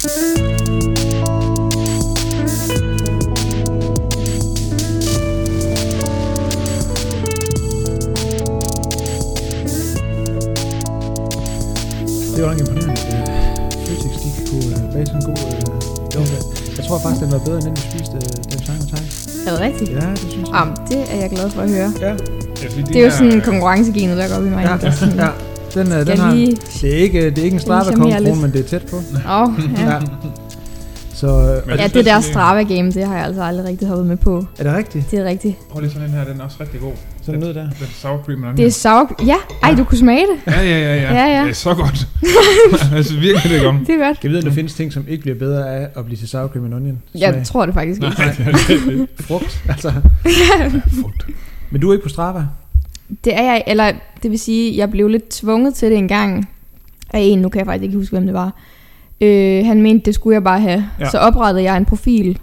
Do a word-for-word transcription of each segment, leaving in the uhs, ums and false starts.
Det var nok imponerende. Føtex, de kunne bage sådan en god... Øh, jeg tror faktisk, den var bedre, end den vi spiste, da vi snakkede med Thijs. Er det rigtigt? Ja, det synes jeg. Jamen, det er jeg glad for at høre. Ja. Det er jo sådan konkurrencegenet, der går op i mig. Ja, ja, sådan, ja. Den, den har, lige... det, er ikke, det er ikke en Strava-konkurrence, men det er tæt på. Åh, oh, ja. ja. Så, øh, ja, det der Strava-game, det har jeg altså aldrig rigtig hoppet med på. Er det rigtigt? Det er rigtigt. Prøv lige sådan den her, den er også rigtig god. Sådan noget der. Den sour cream and onion. Det er sour ja, ej, du kunne smage det. Ja, ja, ja, ja. ja, ja. Det er så godt. Altså virkelig det er godt. Det er godt. Jeg ved, at der findes ting, som ikke bliver bedre af at blive til sour cream and onion. Jeg smag. tror det faktisk ikke. Nej, det er frugt, altså. Ja, frugt. Men du er ikke på Strava? Det er jeg, eller det vil sige, jeg blev lidt tvunget til det en gang af en, nu kan jeg faktisk ikke huske, hvem det var. Øh, han mente, det skulle jeg bare have. Ja. Så oprettede jeg en profil.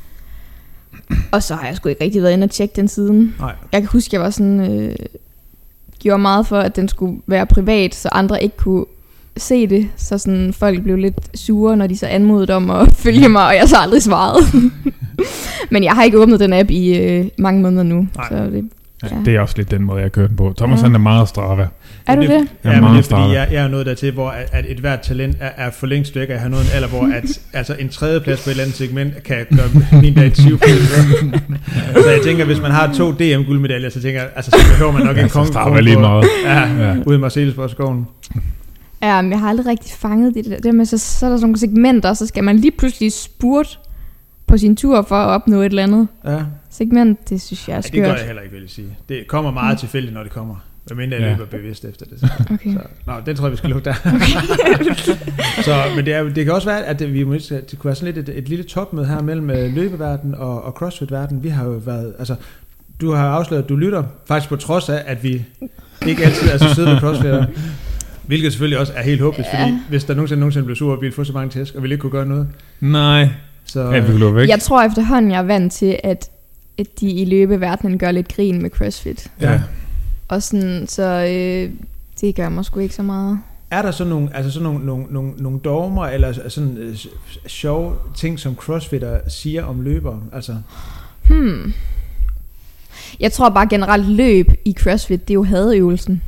Og så har jeg sgu ikke rigtig været inde og tjekke den siden. Nej. Jeg kan huske, jeg var sådan... Øh, gjorde meget for, at den skulle være privat, så andre ikke kunne se det. Så sådan, folk blev lidt sure, når de så anmodede om at følge mig, og jeg så aldrig svarede. Men jeg har ikke åbnet den app i øh, mange måneder nu. Nej. Så det, ja. Ja, det er også lidt den måde, jeg kører den på. Thomas ja. han er meget Strava. Er du det? det? Ja, ja, men det er fordi, jeg, jeg er nået dertil, hvor at, at et hvert talent er, er for længst væk, og jeg har nået en alder, hvor at, altså en tredjeplads på et eller andet segment kan gøre min dag tyve plads. Så jeg tænker, hvis man har to D M-guldmedaljer, så tænker jeg, altså så behøver man nok ja, en konge på lige meget. Ja, ja. Ude i Marseillesborgskoven. Ja, men jeg har aldrig rigtig fanget det der. Det med, så, så er der sådan nogle segmenter, så skal man lige pludselig spurte på sin tur for at opnå et eller andet. Ja. Segment, det synes jeg er skørt. Ja, det gør jeg heller ikke, vil jeg sige. Det kommer meget mm. tilfældigt, når det kommer. Hvad mindre jeg ja. løber bevidst efter det. Så. Okay. Så, nå, den tror jeg, vi skal lukke der. Så, men det, er, det kan også være, at det, vi må, det kunne være sådan lidt et, et lille topmøde her mellem løbeverden og, og crossfit-verden. Vi har jo været, altså, du har afsløret, at du lytter, faktisk på trods af, at vi ikke altid er så søde på crossfitter. Hvilket selvfølgelig også er helt håbløst, ja. Fordi hvis der nogensinde, nogensinde blev sur, og vi ville få så mange tæsk, og vi ikke kunne gøre noget. Nej, så, ja, vi væk. Jeg tror efterhånden, jeg er vant til, at, at de i løbeverdenen gør lidt grin med CrossFit. Ja. Og sådan, så øh, det gør mig sgu ikke så meget. Er der sådan nogle, altså sådan nogle, nogle, nogle, nogle dogmer, eller sådan øh, sjove ting, som crossfitter siger om løbere? Altså? Hmm. Jeg tror bare generelt løb i CrossFit, det er jo hadeøvelsen.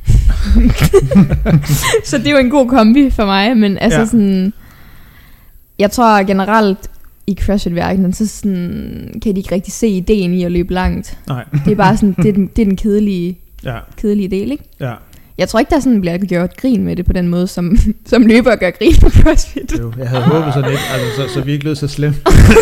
Så det er jo en god kombi for mig, men altså ja. sådan, jeg tror generelt i CrossFit-verdenen, så sådan, kan de ikke rigtig se ideen i at løbe langt. Nej. Det er bare sådan, det er den, det er den kedelige, ja. kedelige del, ikke? Ja. Jeg tror ikke, der sådan bliver gjort grin med det på den måde, som, som løber gør grin med CrossFit. Jo, jeg havde håbet sådan lidt, altså, så, så vi ikke lød så slemt.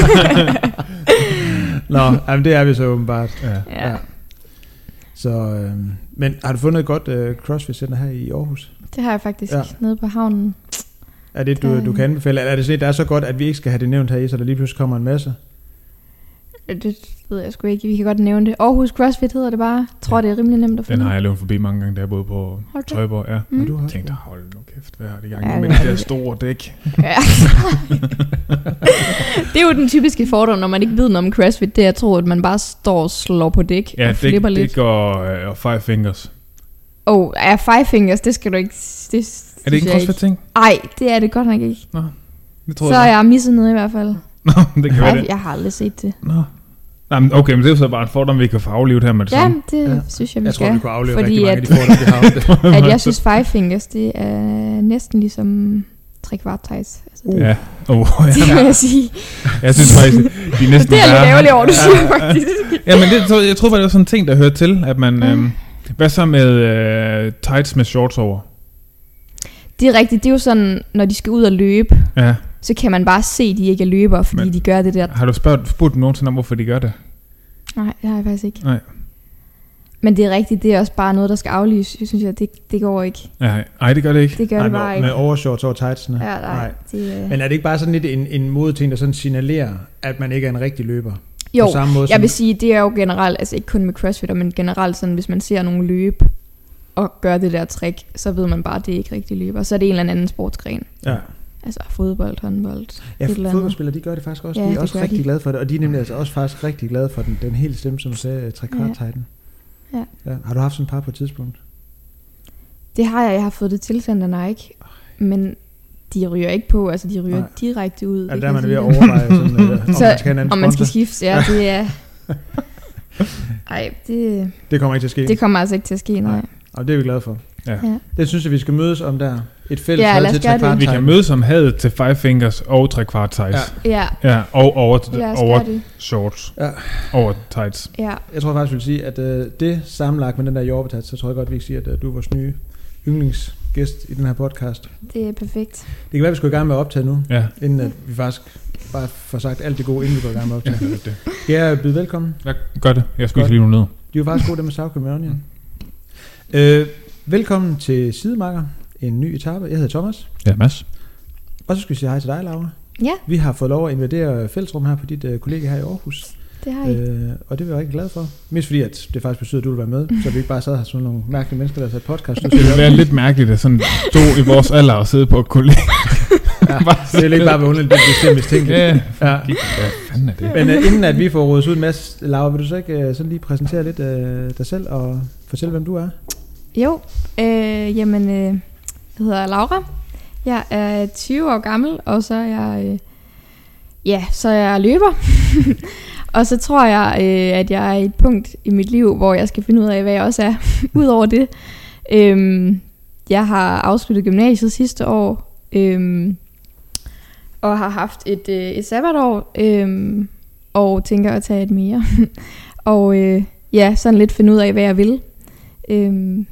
Nå, jamen, det er vi så åbenbart. Ja. Ja. Så, øh, men har du fundet et godt øh, CrossFit-center her i Aarhus? Det har jeg faktisk, ja. Nede på havnen. Er det, du, du kan anbefale? Er det sådan, det er så godt, at vi ikke skal have det nævnt her i, så der lige pludselig kommer en masse? Det ved jeg sgu ikke. Vi kan godt nævne det. Aarhus CrossFit hedder det bare. Jeg tror, ja. Det er rimelig nemt at finde. Den har jeg løbet forbi mange gange, da jeg boede på Tøjborg. Ja. Mm. Du har tænkt, hold nu kæft, hvad har de gang ja, med de der store dæk? Ja. Det er jo den typiske fordom, når man ikke ved noget om CrossFit. Det er, jeg tror, at man bare står og slår på dæk ja, og flipper dæk, lidt. Ja, dæk og, og five fingers. Åh, oh, ja, five fingers, det skal du ikke... Det, er det ikke en CrossFit-ting? Nej, det er det godt nok ikke. Nå, det tror så jeg. Så jeg misset noget i hvert fald. Nå, det kan Ej, være det. Jeg har aldrig set det. Nå. Nej, men okay, men det er jo så bare en fordom, vi kan få aflevet her med det ja, samme. Det ja, det synes jeg, vi jeg skal. Jeg tror, vi kunne afleve fordi rigtig mange at, af de fordomme, vi har. At jeg synes five fingers, det er næsten ligesom tre kvart Thijs. Altså, uh. Ja, oh, ja. Det vil jeg sige. Jeg synes faktisk, de er næsten... Det er lidt ærgerligt over, du siger faktisk. Ja, men det, jeg tror faktisk, det er sådan en ting, der hører til, at man... Ja. Øhm, hvad så med øh, tights med shorts over? Det er rigtigt, det er jo sådan, når de skal ud og løbe, ja. Så kan man bare se, at de ikke er løbere, fordi men, de gør det der. Har du spurgt, spurgt nogensinde om, hvorfor de gør det? Nej, det har jeg faktisk ikke. Nej. Men det er rigtigt, det er også bare noget, der skal aflyses. Jeg synes, at det, det går ikke. Ja, nej, det gør det ikke. Det gør nej, det bare med, ikke. Med overshorts over tightsene. Ja, nej. nej. Det, men er det ikke bare sådan lidt en, en modeting, der sådan signalerer, at man ikke er en rigtig løber? Jo, på samme måde, jeg vil sige, det er jo generelt, altså ikke kun med CrossFit, men generelt sådan, hvis man ser nogen løbe og gør det der trick, så ved man bare, at det er ikke rigtig løber. Så er det en eller anden sportsgren. Ja. Altså fodbold, håndbold. Ja, fodboldspillere, de gør det faktisk også. Ja, de er også rigtig de. glade for det, og de er nemlig altså også faktisk rigtig glade for den, den helt stemme, som du sagde, tre-kvart-tighten. Ja. Ja. Har du haft sådan et par på et tidspunkt? Det har jeg. Jeg har fået det tilsendt af Nike, men de ryger ikke på, altså de ryger Nej. direkte ud. Er det der, man er ved at overveje, sådan, øh, om så, man skal have en anden om man skal sponsor? skifte, ja, det er... Ej, det, Det kommer ikke til at ske. det kommer altså ikke til at ske, nej. Nej. Og det er vi glade for. Ja. Ja. Det synes jeg, vi skal mødes om der. Et fælles Ja, had lad os til gøre det. trekvart Vi kan time. mødes om hadet til Five Fingers og trekvart size. Ja. Ja, Ja, og over, lad os over gøre det. shorts. Ja. Over tights. Ja, Jeg tror faktisk, vi vil sige, at øh, det sammenlagt med den der jordbetat, så tror jeg godt, vi kan sige, at øh, du er vores nye yndlingsgæst i den her podcast. det er perfekt. Det kan være, vi skal i gang med at optage nu, Ja. inden at vi faktisk bare får sagt alt det gode, inden vi går i gang med at Ja, optage. det. Skal jeg byde velkommen? Jeg gør det. Jeg skal Godt. ikke lige nu ned. De er jo faktisk gode, dem med Saucony Onion. Øh, velkommen til Sidemarker, en ny etape. Jeg hedder Thomas. Ja, Mads. Og så skal vi sige hej til dig, Laura. Ja, Vi har fået lov at invadere fællesrum her på dit øh, kollega her i Aarhus. det har I. Øh, og det er vi rigtig glade for. Mest fordi, at det faktisk betyder, at du vil være med. Så vi ikke bare sad her sådan nogle mærkelige mennesker, der har sat podcast. Det vil være lidt mærkeligt at sådan to i vores alder og sidde på et kollega. Ja, det vil ikke bare være underligt, det er mistænkeligt. Ja, Ja. hvad fanden er det? Men uh, inden at vi får rodet ud en masse, Laura, vil du så ikke uh, sådan lige præsentere lidt uh, dig selv og fortælle, hvem du er? Jo, øh, jamen, øh, jeg hedder Laura. Jeg er tyve år gammel, og så er jeg, øh, ja, så er jeg løber. Og så tror jeg, øh, at jeg er i et punkt i mit liv, hvor jeg skal finde ud af, hvad jeg også er, udover det. Øhm, jeg har afsluttet gymnasiet sidste år, øhm, og har haft et, øh, et sabbatår, øhm, og tænker at tage et mere. og øh, ja, sådan lidt finde ud af, hvad jeg vil. Øhm,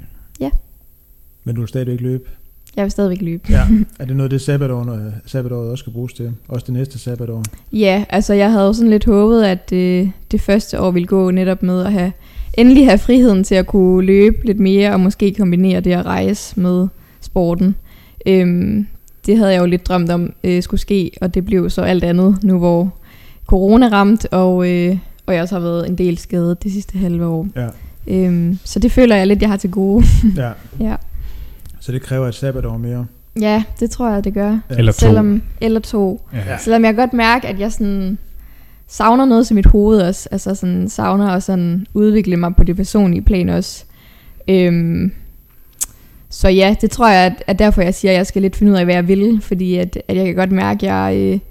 Men du vil stadig ikke løbe. jeg vil stadigvæk løbe. Ja. Er det noget, det sabbatår, sabbatåret også skal bruges til? Også det næste sabbatår? Ja, altså jeg havde jo sådan lidt håbet, at øh, det første år ville gå netop med at have endelig have friheden til at kunne løbe lidt mere, og måske kombinere det at rejse med sporten. Øhm, det havde jeg jo lidt drømt om øh, skulle ske, og det blev så alt andet nu, hvor corona ramte, og, øh, og jeg også har været en del skadet det sidste halve år. Ja. Øhm, så det føler jeg lidt, jeg har til gode. Ja. ja. Så det kræver et sabbatår mere. ja, det tror jeg, det gør. Eller to. Selvom, eller to. Ja. Selvom jeg godt mærke, at jeg sådan savner noget til mit hoved også. Altså sådan savner at sådan udvikle mig på det personlige plan også. Øhm, så ja, det tror jeg, at, at derfor jeg siger, at jeg skal lidt finde ud af, hvad jeg vil. Fordi at, at jeg kan godt mærke, at jeg øh,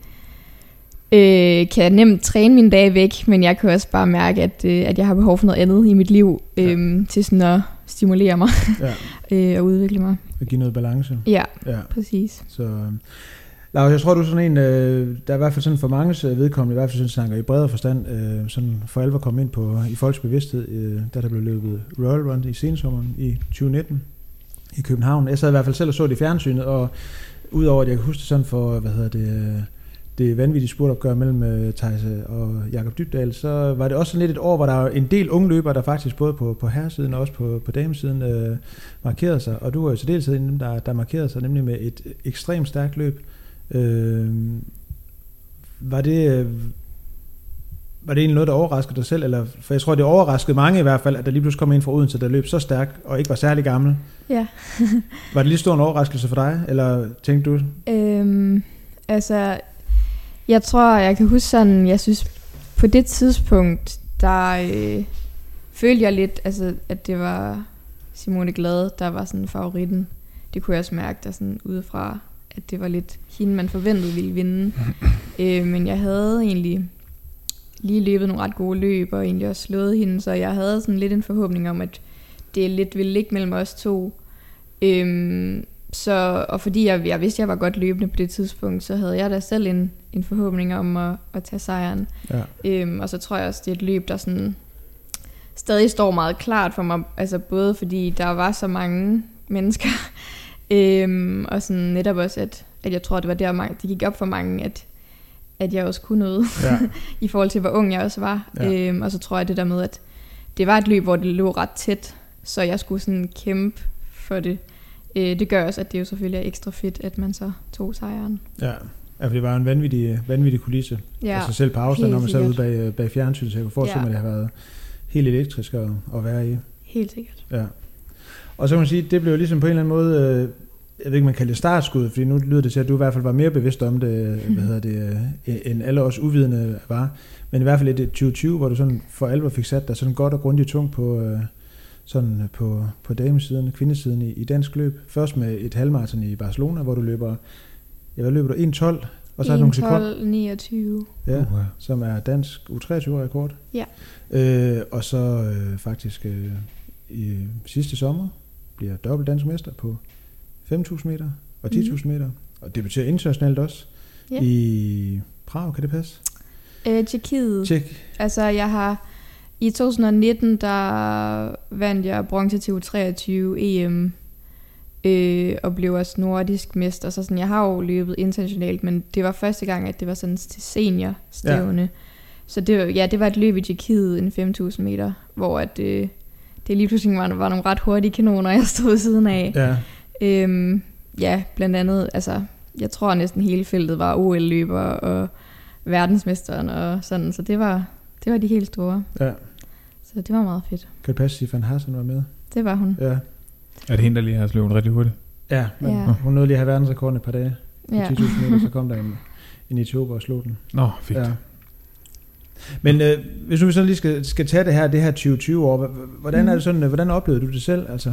øh, kan nemt træne mine dage væk. Men jeg kan også bare mærke, at, øh, at jeg har behov for noget andet i mit liv. Øh, ja. Til sådan at stimulere mig Ja. øh, og udvikle mig. Og give noget balance. Ja, Ja. præcis. Så, øh, Laura, jeg tror, du er sådan en, øh, der er i hvert fald sådan for mange øh, vedkommende, i hvert fald sådan snakker i bredere forstand, øh, sådan for alvor komme ind på i folks bevidsthed, øh, da der blev løbet Royal Run i sensommeren i tyve nitten i København. Jeg sad i hvert fald selv og så det i fjernsynet, og udover at jeg kan huske det sådan for, hvad hedder det, øh, det vanvittige spurtopgør mellem øh, Theise og Jakob Dybdahl, så var det også sådan lidt et år, hvor der var en del unge løbere, der faktisk både på, på herresiden og også på, på damesiden øh, markerede sig, og du var jo så dels en af dem, der, der markerede sig, nemlig med et ekstremt stærkt løb. Øh, var det øh, var det egentlig noget, der overraskede dig selv? Eller, for jeg tror, det overraskede mange i hvert fald, at der lige pludselig kom en fra Odense, der løb så stærkt og ikke var særlig gammel. Ja. Var det lige stor en overraskelse for dig, eller tænkte du? Øhm, altså, jeg tror, jeg kan huske sådan, jeg synes, på det tidspunkt, der øh, følte jeg lidt, altså, at det var Simone Glade, der var sådan favoritten. Det kunne jeg også mærke der sådan udefra, at det var lidt hende, man forventede ville vinde. øh, men jeg havde egentlig lige løbet nogle ret gode løb, og egentlig også slået hende, så jeg havde sådan lidt en forhåbning om, at det lidt ville ligge mellem os to. Øhm, så, og fordi jeg, jeg vidste, at jeg var godt løbende på det tidspunkt, så havde jeg da selv en, en forhåbning om at, at tage sejren. Ja. Øhm, og så tror jeg også, det er et løb, der sådan stadig står meget klart for mig, altså både fordi der var så mange mennesker, øhm, og sådan netop også, at, at jeg tror, det var der, mange, det gik op for mange, at, at jeg også kunne noget, Ja. i forhold til, hvor ung jeg også var. Ja. Øhm, og så tror jeg det der med, at det var et løb, hvor det lå ret tæt, så jeg skulle sådan kæmpe for det. Øh, det gør også, at det jo selvfølgelig er ekstra fedt, at man så tog sejren. Ja, ja, for det var en vanvittig, vanvittig kulisse. Ja, Altså selv på afstand, helt når man sad ude sikkert. bag, bag fjernsynet, så jeg kunne forestille mig, Ja. at det har været helt elektrisk at, at være i. Helt sikkert. Ja. Og så kan man sige, det blev ligesom på en eller anden måde, øh, jeg ved ikke, man kalder det startskud, fordi nu lyder det til, at du i hvert fald var mere bevidst om det, hvad hedder det, øh, end alle os uvidende var. Men i hvert fald i det tyve tyve, hvor du sådan for alvor fik sat dig sådan godt og grundigt tungt på, øh, sådan på, på damesiden, kvindesiden i, i dansk løb. Først med et halvmarathon i Barcelona, hvor du løber ja, hvad løber du? en tolv, og så er der nogle sekunder. en tolv niogtyve. Ja, uh-huh. Som er dansk U treogtyve-rekord. Ja. Øh, og så øh, faktisk øh, i sidste sommer bliver dobbelt dansk mester på fem tusind meter og ti tusind meter. Og debuterer internationalt også. Ja. I Prag, kan det passe? Øh, Tjekkiet. Tjek. Altså, jeg har... I to tusind nitten, der vandt jeg bronze til U treogtyve E M, øh, og blev også nordisk mester. Så sådan, jeg har jo løbet internationalt, men det var første gang, at det var sådan til seniorstævne. Ja. Så det, ja, det var et løb i Tjekkiet, en fem tusind meter, hvor at, øh, det lige pludselig var, var nogle ret hurtige kanoner, jeg stod ved siden af. Ja. Øhm, ja, blandt andet, altså, jeg tror næsten hele feltet var O L-løber og verdensmesteren og sådan, så det var, det var de helt store. Ja. Så det var meget fedt. Kan det passe, at Van Hassen var med? Det var hun. Ja. Er det hende, der lige har slået rigtig hurtigt? Ja, men Ja. hun nåede lige at have verdensrekorden et par dage. Ja. ti tusind meter, så kom der en, en etioper og slog den. Nå, fint. Ja. Men øh, hvis nu vi så lige skal, skal tage det her, det her tyve tyve år, hvordan er det sådan, hvordan oplevede du det selv? Altså?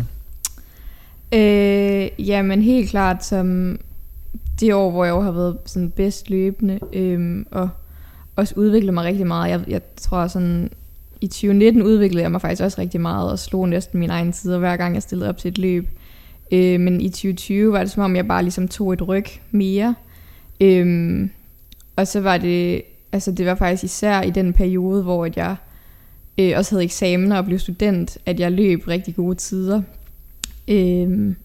Øh, jamen helt klart som det år, hvor jeg jo har været sådan bedst løbende, øhm, og også udviklet mig rigtig meget. Jeg, jeg tror sådan, i tyve nitten udviklede jeg mig faktisk også rigtig meget, og slog næsten mine egne tider, hver gang jeg stillede op til et løb. Øh, men i tyve tyve var det som om, jeg bare ligesom tog et ryg mere. Øhm, og så var det, altså det var faktisk især i den periode, hvor jeg øh, også havde eksamener og blev student, at jeg løb rigtig gode tider. Øhm,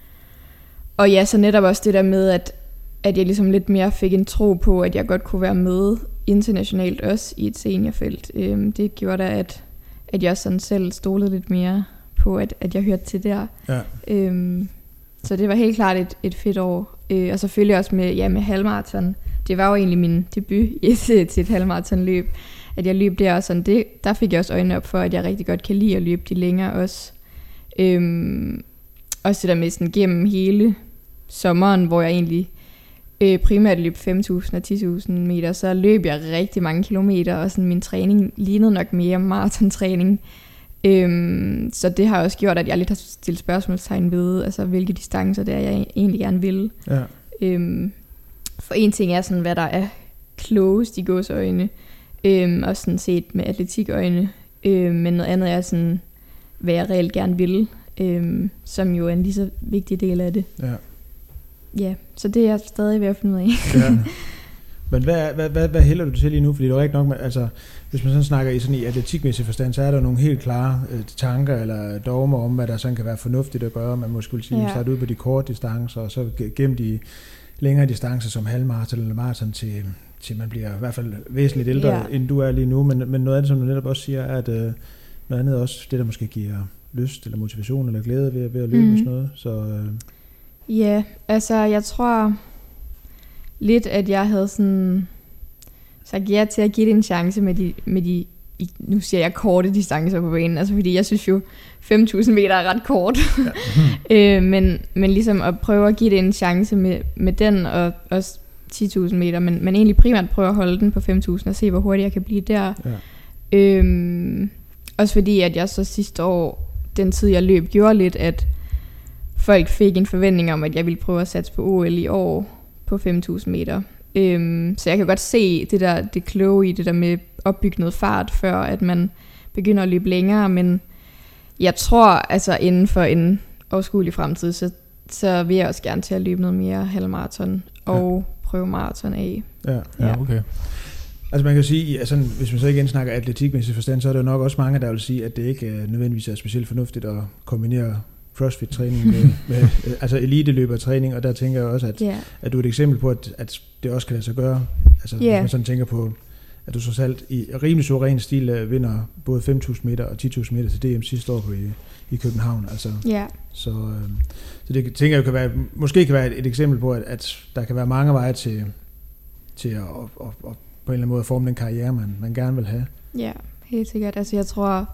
og ja, så netop også det der med, at, at jeg ligesom lidt mere fik en tro på, at jeg godt kunne være med internationalt også i et seniorfelt. Øhm, det gjorde da, at, at jeg sådan selv stolede lidt mere på, at, at jeg hørte til der. Ja. Øhm, så det var helt klart et, et fedt år. Øh, og selvfølgelig også med, ja, med halvmarathon. Det var jo egentlig min debut til, til et halvmarathonløb, at jeg løb der, og sådan det, der fik jeg også øjnene op for, at jeg rigtig godt kan lide at løbe de længere også. Øhm, også det der med sådan gennem hele sommeren, hvor jeg egentlig øh, primært løb fem tusind og ti tusind meter, så løb jeg rigtig mange kilometer, og sådan min træning lignede nok mere maratontræning. Øhm, så det har også gjort, at jeg lidt har stillet spørgsmålstegn ved, altså hvilke distancer det er, jeg egentlig gerne vil. Ja. Øhm, for en ting er sådan, hvad der er klogest i gåseøjne, øhm, og sådan set med atletikøjne, øhm, men noget andet er sådan, hvad jeg reelt gerne vil, øhm, som jo er en lige så vigtig del af det. Ja. Ja, så det er jeg stadig ved at finde ud af. Ja. Men hvad, hvad, hvad, hvad hælder du til lige nu? Fordi det er rigtig nok med, altså, hvis man sådan snakker i sådan i atletikmæssig forstand, så er der nogle helt klare øh, tanker eller dogmer om, hvad der sådan kan være fornuftigt at gøre. Man måske skulle sige, ja. Starte ud på de korte distancer, og så gennem de længere distancer som halvmaraton eller maraton til, til man bliver i hvert fald væsentligt ældre, ja. End du er lige nu. Men, men noget andet, som du netop også siger, er, at øh, noget andet også, det der måske giver lyst eller motivation eller glæde ved, ved at løbe mm. og sådan noget. Så, øh. Ja, altså jeg tror lidt, at jeg havde sådan sagt ja til at give det en chance med de, med de i, nu siger jeg korte distancer på banen, altså fordi jeg synes jo fem tusind meter er ret kort. Ja. øh, men, men ligesom at prøve at give det en chance med, med den og også ti tusind meter, men, men egentlig primært prøve at holde den på fem tusind og se, hvor hurtigt jeg kan blive der. Ja. Øhm, også fordi, at jeg så sidste år, den tid jeg løb, gjorde lidt, at folk fik en forventning om, at jeg ville prøve at satse på O L i år på fem tusind meter. Øhm, så jeg kan godt se det der, det kloge i det der med opbygge noget fart, før at man begynder at løbe længere, men jeg tror, altså inden for en overskuelig fremtid, så, så vil jeg også gerne til at løbe noget mere halvmaraton og ja. Prøve maraton af. Ja, ja, okay. Altså man kan sige, altså, hvis man så igen snakker atletikmæssig forstand, så er der jo nok også mange, der vil sige, at det ikke er nødvendigvis er specielt fornuftigt at kombinere CrossFit-træning med, med altså eliteløbertræning, og der tænker jeg også, at, yeah. at du er et eksempel på, at, at det også kan lade sig gøre. Altså yeah. hvis man sådan tænker på, at du så selv i rimelig suveræn stil uh, vinder både fem tusind meter og ti tusind meter til D M sidste år på i, i København. Altså, yeah. så, øh, så det tænker jeg kan være, måske kan være et, et eksempel på, at, at der kan være mange veje til, til at, at, at, at på en eller anden måde forme den karriere, man, man gerne vil have. Ja, helt sikkert. Altså jeg tror,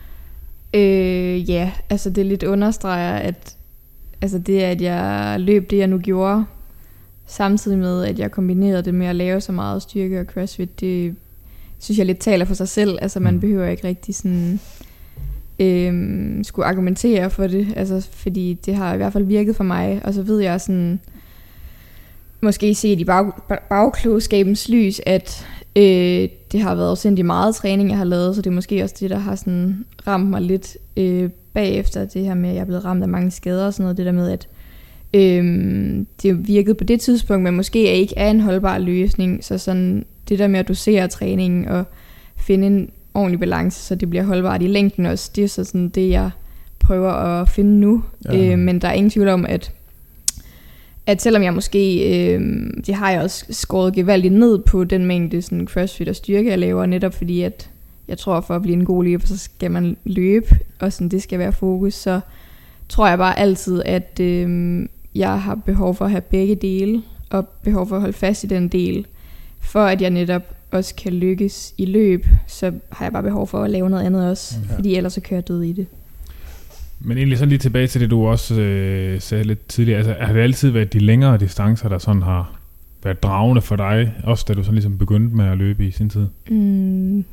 Øh, ja, altså det lidt understreger, at altså det, at jeg løb det, jeg nu gjorde, samtidig med, at jeg kombinerede det med at lave så meget styrke og CrossFit, det synes jeg lidt taler for sig selv. Altså man behøver ikke rigtig sådan øh, skulle argumentere for det, altså fordi det har i hvert fald virket for mig, og så ved jeg sådan, måske set i bag, bagklogskabens lys, at øh, det har været afsindigt meget træning, jeg har lavet, så det er måske også det, der har sådan ramt mig lidt øh, bagefter, det her med, at jeg er blevet ramt af mange skader og sådan noget, det der med, at øh, det virkede på det tidspunkt, men måske ikke er en holdbar løsning, så sådan det der med at dosere træningen og finde en ordentlig balance, så det bliver holdbart i længden også, det er så sådan det, jeg prøver at finde nu, ja. øh, men der er ingen tvivl om, at at selvom jeg måske, øh, det har jeg også skåret gevaldigt ned på den mængde sådan crossfit og styrke, jeg laver, netop fordi, at jeg tror, for at blive en god løber, så skal man løbe, og sådan, det skal være fokus, så tror jeg bare altid, at øh, jeg har behov for at have begge dele, og behov for at holde fast i den del, for at jeg netop også kan lykkes i løb, så har jeg bare behov for at lave noget andet også, ja. Fordi ellers så kører jeg død i det. Men egentlig så lige tilbage til det, du også øh, sagde lidt tidligere. Altså, har det altid været de længere distancer, der sådan har været dragende for dig, også da du sådan ligesom begyndte med at løbe i sin tid? Mm,